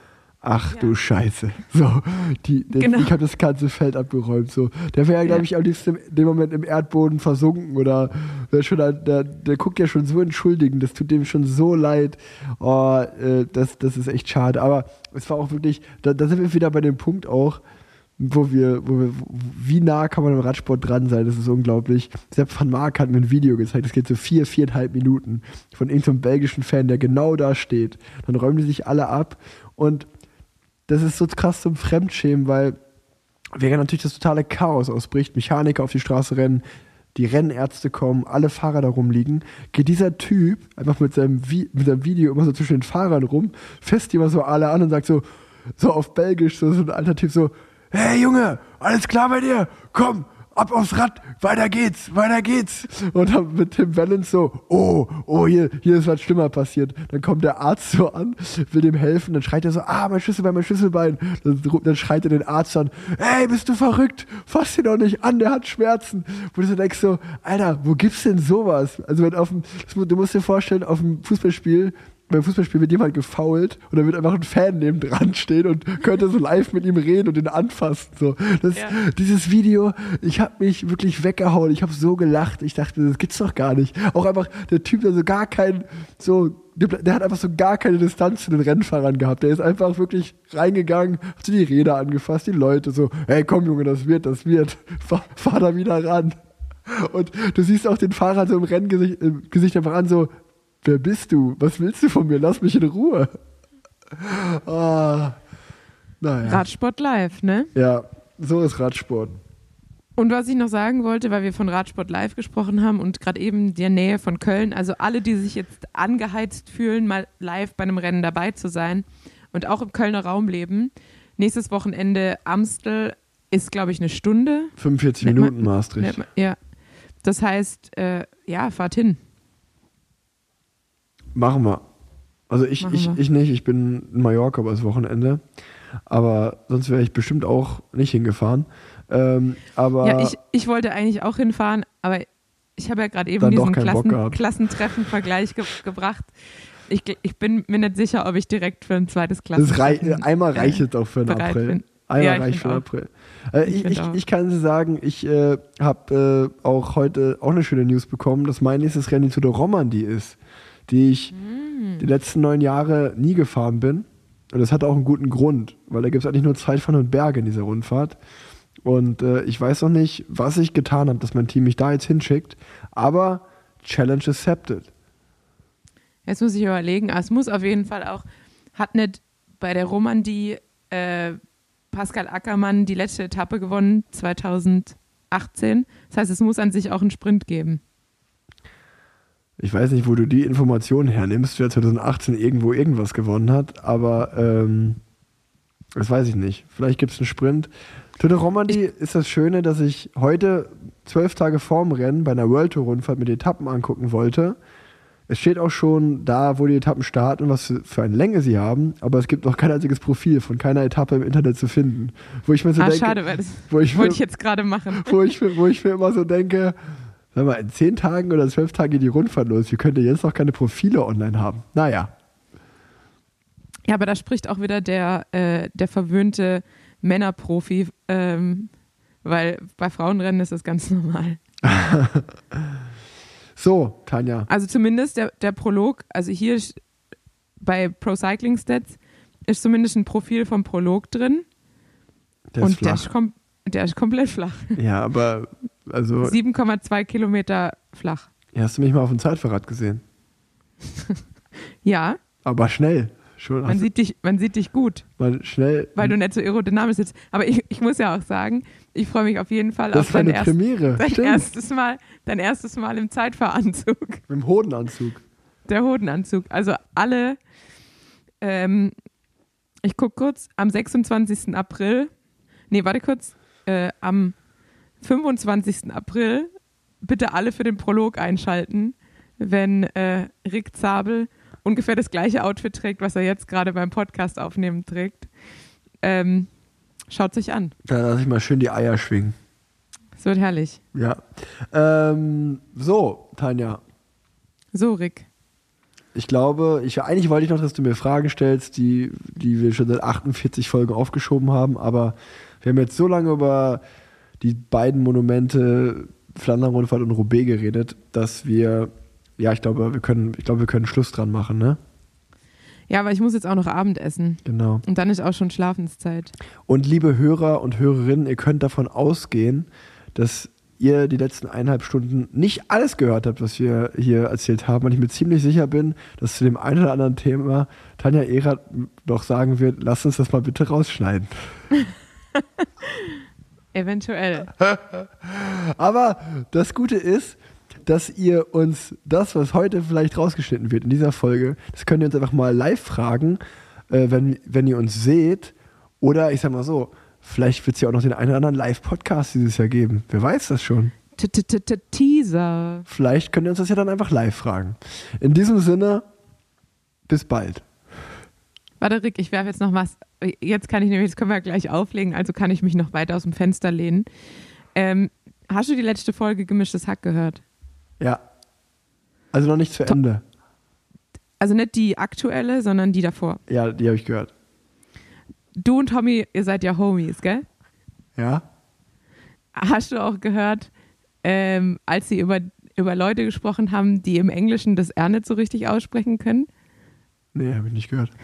Ach Ja. du Scheiße. So, die, die, Genau. ich habe das ganze Feld abgeräumt. So. Der wäre ja, glaube Ja. ich, am liebsten in dem Moment im Erdboden versunken oder der, schon, der, der guckt ja schon so entschuldigend, das tut dem schon so leid. Oh, äh, das, das ist echt schade. Aber es war auch wirklich, da, da sind wir wieder bei dem Punkt auch, wo wir, wo wir, wie nah kann man im Radsport dran sein, das ist unglaublich. Sepp van Mark hat mir ein Video gezeigt, das geht so vier, viereinhalb Minuten von irgendeinem belgischen Fan, der genau da steht. Dann räumen die sich alle ab und das ist so krass zum Fremdschämen, weil während natürlich das totale Chaos ausbricht, Mechaniker auf die Straße rennen, die Rennärzte kommen, alle Fahrer da rumliegen, geht dieser Typ einfach mit seinem, Vi- mit seinem Video immer so zwischen den Fahrern rum, fässt die immer so alle an und sagt so, so auf Belgisch, so, so ein alter Typ so, hey Junge, alles klar bei dir? Komm, ab aufs Rad, weiter geht's, weiter geht's. Und dann mit Tim Wellens so, oh, oh, hier, hier ist was schlimmer passiert. Dann kommt der Arzt so an, will dem helfen, dann schreit er so, ah, mein Schlüsselbein, mein Schlüsselbein. Dann, dann schreit er den Arzt an, ey, bist du verrückt? Fass ihn doch nicht an, der hat Schmerzen. Wo du so denkst so, Alter, wo gibt's denn sowas? Also wenn auf dem, das, mu- du musst dir vorstellen, auf dem Fußballspiel, beim Fußballspiel wird jemand gefoult und dann wird einfach ein Fan neben dran stehen und könnte so live mit ihm reden und ihn anfassen. So. Das, Ja. Dieses Video, ich habe mich wirklich weggehauen. Ich habe so gelacht. Ich dachte, das gibt's doch gar nicht. Auch einfach der Typ, der so gar keinen, so, der, der hat einfach so gar keine Distanz zu den Rennfahrern gehabt. Der ist einfach wirklich reingegangen, hat so die Räder angefasst, die Leute so, hey komm Junge, das wird, das wird. Fahr, fahr da wieder ran. Und du siehst auch den Fahrer so im Renngesicht im Gesicht einfach an, so, wer bist du? Was willst du von mir? Lass mich in Ruhe. Ah, naja. Radsport live, ne? Ja, so ist Radsport. Und was ich noch sagen wollte, weil wir von Radsport live gesprochen haben und gerade eben der Nähe von Köln, also alle, die sich jetzt angeheizt fühlen, mal live bei einem Rennen dabei zu sein und auch im Kölner Raum leben. Nächstes Wochenende Amstel ist, glaube ich, eine Stunde. fünfundvierzig Nennt Minuten man- Maastricht. nennt man- Ja. Das heißt, äh, ja, fahrt hin. Machen wir. Also ich, Machen ich, wir. ich nicht, ich bin in Mallorca übers Wochenende. Aber sonst wäre ich bestimmt auch nicht hingefahren. Ähm, aber Ja, ich, ich wollte eigentlich auch hinfahren, aber ich habe ja gerade eben Dann doch diesen keinen Bock Klassen, gehabt. Klassentreffen-Vergleich ge gebracht. Ich, ich bin mir nicht sicher, ob ich direkt für ein zweites das rei Klassentreffen einmal äh, reicht es auch für den bereit April. bin. Einmal Ja, ich reicht für den find auch. April. Äh, Ich ich, find ich, auch. ich kann Sie sagen, ich äh, habe äh, auch heute auch eine schöne News bekommen, dass mein nächstes Rennen die Tour de Romandie ist, die ich Hm. die letzten neun Jahre nie gefahren bin. Und das hat auch einen guten Grund, weil da gibt es eigentlich nur Zeitfahren und Berge in dieser Rundfahrt. Und äh, ich weiß noch nicht, was ich getan habe, dass mein Team mich da jetzt hinschickt, aber Challenge accepted. Jetzt muss ich überlegen, aber es muss auf jeden Fall auch, hat nicht bei der Romandie äh, Pascal Ackermann die letzte Etappe gewonnen, zweitausendachtzehn. Das heißt, es muss an sich auch einen Sprint geben. Ich weiß nicht, wo du die Informationen hernimmst, wer zweitausendachtzehn irgendwo irgendwas gewonnen hat, aber ähm, das weiß ich nicht. Vielleicht gibt es einen Sprint. Tour de Romandie ist das Schöne, dass ich heute zwölf Tage vorm Rennen bei einer World Tour Rundfahrt mit Etappen angucken wollte. Es steht auch schon da, wo die Etappen starten und was für, für eine Länge sie haben, aber es gibt noch kein einziges Profil von keiner Etappe im Internet zu finden. Wo ich mir so ah, denke, schade, weil das wo ich, wollte mir, ich jetzt gerade machen. wo, ich, mir- wo ich mir immer so denke, sag mal, in zehn Tagen oder zwölf Tagen geht die Rundfahrt los. Wir könnten jetzt noch keine Profile online haben. Naja. Ja, aber da spricht auch wieder der, äh, der verwöhnte Männerprofi, ähm, weil bei Frauenrennen ist das ganz normal. So, Tanja. Also zumindest der, der Prolog, also hier ist- bei Pro Cycling Stats ist zumindest ein Profil vom Prolog drin Der und ist der flach. ist, kom der ist komplett flach. Ja, aber, also, sieben Komma zwei Kilometer flach. ja, hast du mich mal auf dem Zeitfahrrad gesehen? Ja, Aber schnell. Schon, man hast sieht, dich, man sieht dich gut, du mal schnell. weil du nicht so aerodynamisch sitzt. Aber ich, ich muss ja auch sagen, ich freue mich auf jeden Fall das auf ist dein, deine erst, Premiere. dein, Stimmt. erstes Mal, dein erstes Mal im Zeitfahranzug. Mit dem Hodenanzug. Der Hodenanzug. Also alle, ähm, ich gucke kurz, am sechsundzwanzigsten April, nee, warte kurz, äh, am fünfundzwanzigsten April bitte alle für den Prolog einschalten, wenn äh, Rick Zabel ungefähr das gleiche Outfit trägt, was er jetzt gerade beim Podcast aufnehmen trägt. Ähm, schaut sich an. Da lasse ich mal schön die Eier schwingen. Es wird herrlich. Ja. Ähm, so, Tanja. So, Rick. Ich glaube, ich, eigentlich wollte ich noch, dass du mir Fragen stellst, die, die wir schon seit achtundvierzig Folgen aufgeschoben haben, aber wir haben jetzt so lange über die beiden Monumente Flandern-Rundfahrt und Roubaix geredet, dass wir, ja, ich glaube, wir können, ich glaube, wir können Schluss dran machen, ne? Ja, aber ich muss jetzt auch noch Abendessen. Genau. Und dann ist auch schon Schlafenszeit. Und liebe Hörer und Hörerinnen, ihr könnt davon ausgehen, dass ihr die letzten eineinhalb Stunden nicht alles gehört habt, was wir hier erzählt haben. Und ich mir ziemlich sicher bin, dass zu dem einen oder anderen Thema Tanja Erath noch sagen wird, lass uns das mal bitte rausschneiden. Eventuell. Aber das Gute ist, dass ihr uns das, was heute vielleicht rausgeschnitten wird in dieser Folge, das könnt ihr uns einfach mal live fragen, äh, wenn, wenn ihr uns seht. Oder ich sag mal so, vielleicht wird es ja auch noch den einen oder anderen Live-Podcast dieses Jahr geben. Wer weiß das schon? Teaser. Vielleicht könnt ihr uns das ja dann einfach live fragen. In diesem Sinne, bis bald. Warte, Rick, ich werfe jetzt noch was. Jetzt kann ich nämlich, das können wir ja gleich auflegen, also kann ich mich noch weiter aus dem Fenster lehnen. Ähm, hast du die letzte Folge Gemischtes Hack gehört? Ja. Also noch nicht zu Ende. Also nicht die aktuelle, sondern die davor. Ja, die habe ich gehört. Du und Tommy, ihr seid ja Homies, gell? Ja. Hast du auch gehört, ähm, als sie über, über Leute gesprochen haben, die im Englischen das R nicht so richtig aussprechen können? Nee, habe ich nicht gehört.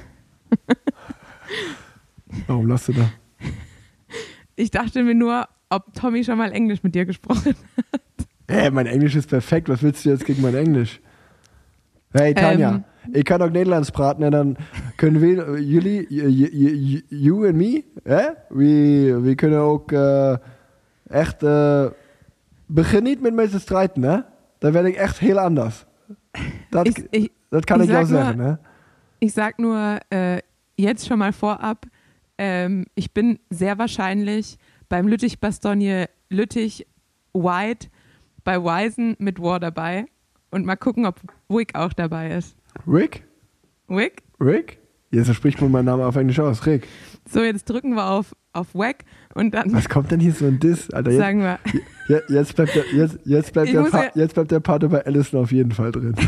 Warum lachst du da? Ich dachte mir nur, ob Tommy schon mal Englisch mit dir gesprochen hat. Hey, mein Englisch ist perfekt. Was willst du jetzt gegen mein Englisch? Hey, Tanja, Ähm. ich kann auch Nederlands praten en dan kunnen we, jullie, you, you and me, hè? We, we kunnen ook uh, echt, uh, begin niet met mij te strijten, hè? Dan werde ich echt heel anders. Dat, Ich, ich, dat kan ich ich, auch sag nur- sagen, ne? ich sag nur äh, jetzt schon mal vorab, ähm, ich bin sehr wahrscheinlich beim Lüttich-Bastogne Lüttich White bei Wisen mit War dabei und mal gucken, ob Wick auch dabei ist. Rick? Wick? Rick? Jetzt spricht man meinen Namen auf Englisch aus. Rick. So, jetzt drücken wir auf, auf Wack und dann Was kommt denn hier so ein Diss? Alter, jetzt, sagen wir, je- jetzt, bleibt der, jetzt, jetzt, bleibt Ich der muss Pa- ja- jetzt bleibt der Part bei Allison auf jeden Fall drin.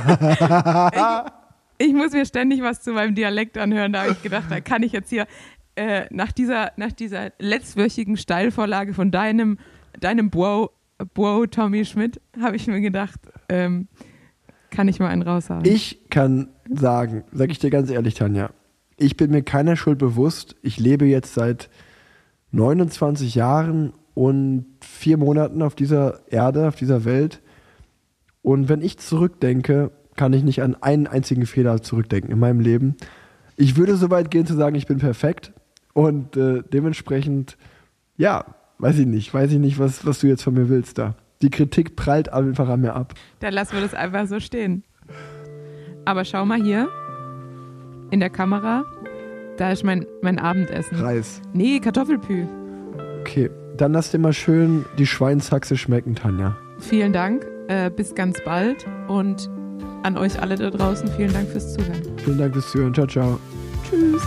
ich muss mir ständig was zu meinem Dialekt anhören. Da habe ich gedacht, da kann ich jetzt hier äh, nach, dieser, nach dieser letztwöchigen Steilvorlage von deinem, deinem Bro, Bro Tommy Schmidt, habe ich mir gedacht, ähm, kann ich mal einen raushauen. Ich kann sagen, sag ich dir ganz ehrlich, Tanja, ich bin mir keiner Schuld bewusst. Ich lebe jetzt seit neunundzwanzig Jahren und vier Monaten auf dieser Erde, auf dieser Welt. Und wenn ich zurückdenke, kann ich nicht an einen einzigen Fehler zurückdenken in meinem Leben. Ich würde so weit gehen zu sagen, ich bin perfekt. Und äh, dementsprechend, ja, weiß ich nicht, weiß ich nicht, was, was du jetzt von mir willst da. Die Kritik prallt einfach an mir ab. Dann lassen wir das einfach so stehen. Aber schau mal hier in der Kamera, da ist mein, mein Abendessen. Reis. Nee, Kartoffelpü. Okay, dann lass dir mal schön die Schweinshaxe schmecken, Tanja. Vielen Dank, äh, bis ganz bald und an euch alle da draußen, vielen Dank fürs Zuhören. Vielen Dank fürs Zuhören. Ciao, ciao. Tschüss.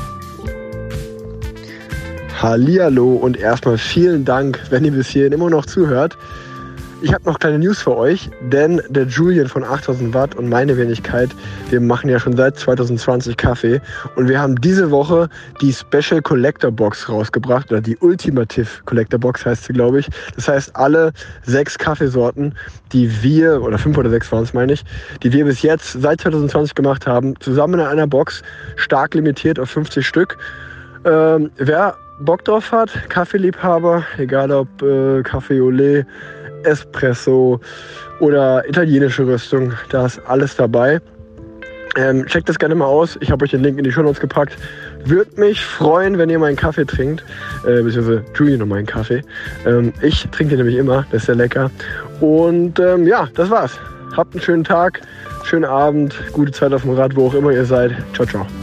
Hallihallo und erstmal vielen Dank, wenn ihr bis hierhin immer noch zuhört. Ich habe noch kleine News für euch, denn der Julian von achttausend Watt und meine Wenigkeit, wir machen ja schon seit zwanzig zwanzig Kaffee und wir haben diese Woche die Special Collector Box rausgebracht, oder die Ultimative Collector Box heißt sie, glaube ich. Das heißt, alle sechs Kaffeesorten, die wir, oder fünf oder sechs waren es, meine ich, die wir bis jetzt seit zwanzig zwanzig gemacht haben, zusammen in einer Box, stark limitiert auf fünfzig Stück. Ähm, wer Bock drauf hat, Kaffeeliebhaber, egal ob äh, Kaffee Olé, Espresso oder italienische Röstung, da ist alles dabei. Ähm, checkt das gerne mal aus. Ich habe euch den Link in die Shownotes gepackt. Würde mich freuen, wenn ihr meinen Kaffee trinkt, äh, beziehungsweise Julian noch meinen Kaffee. Ähm, ich trinke den nämlich immer, das ist sehr lecker. Und ähm, ja, das war's. Habt einen schönen Tag, schönen Abend, gute Zeit auf dem Rad, wo auch immer ihr seid. Ciao, ciao.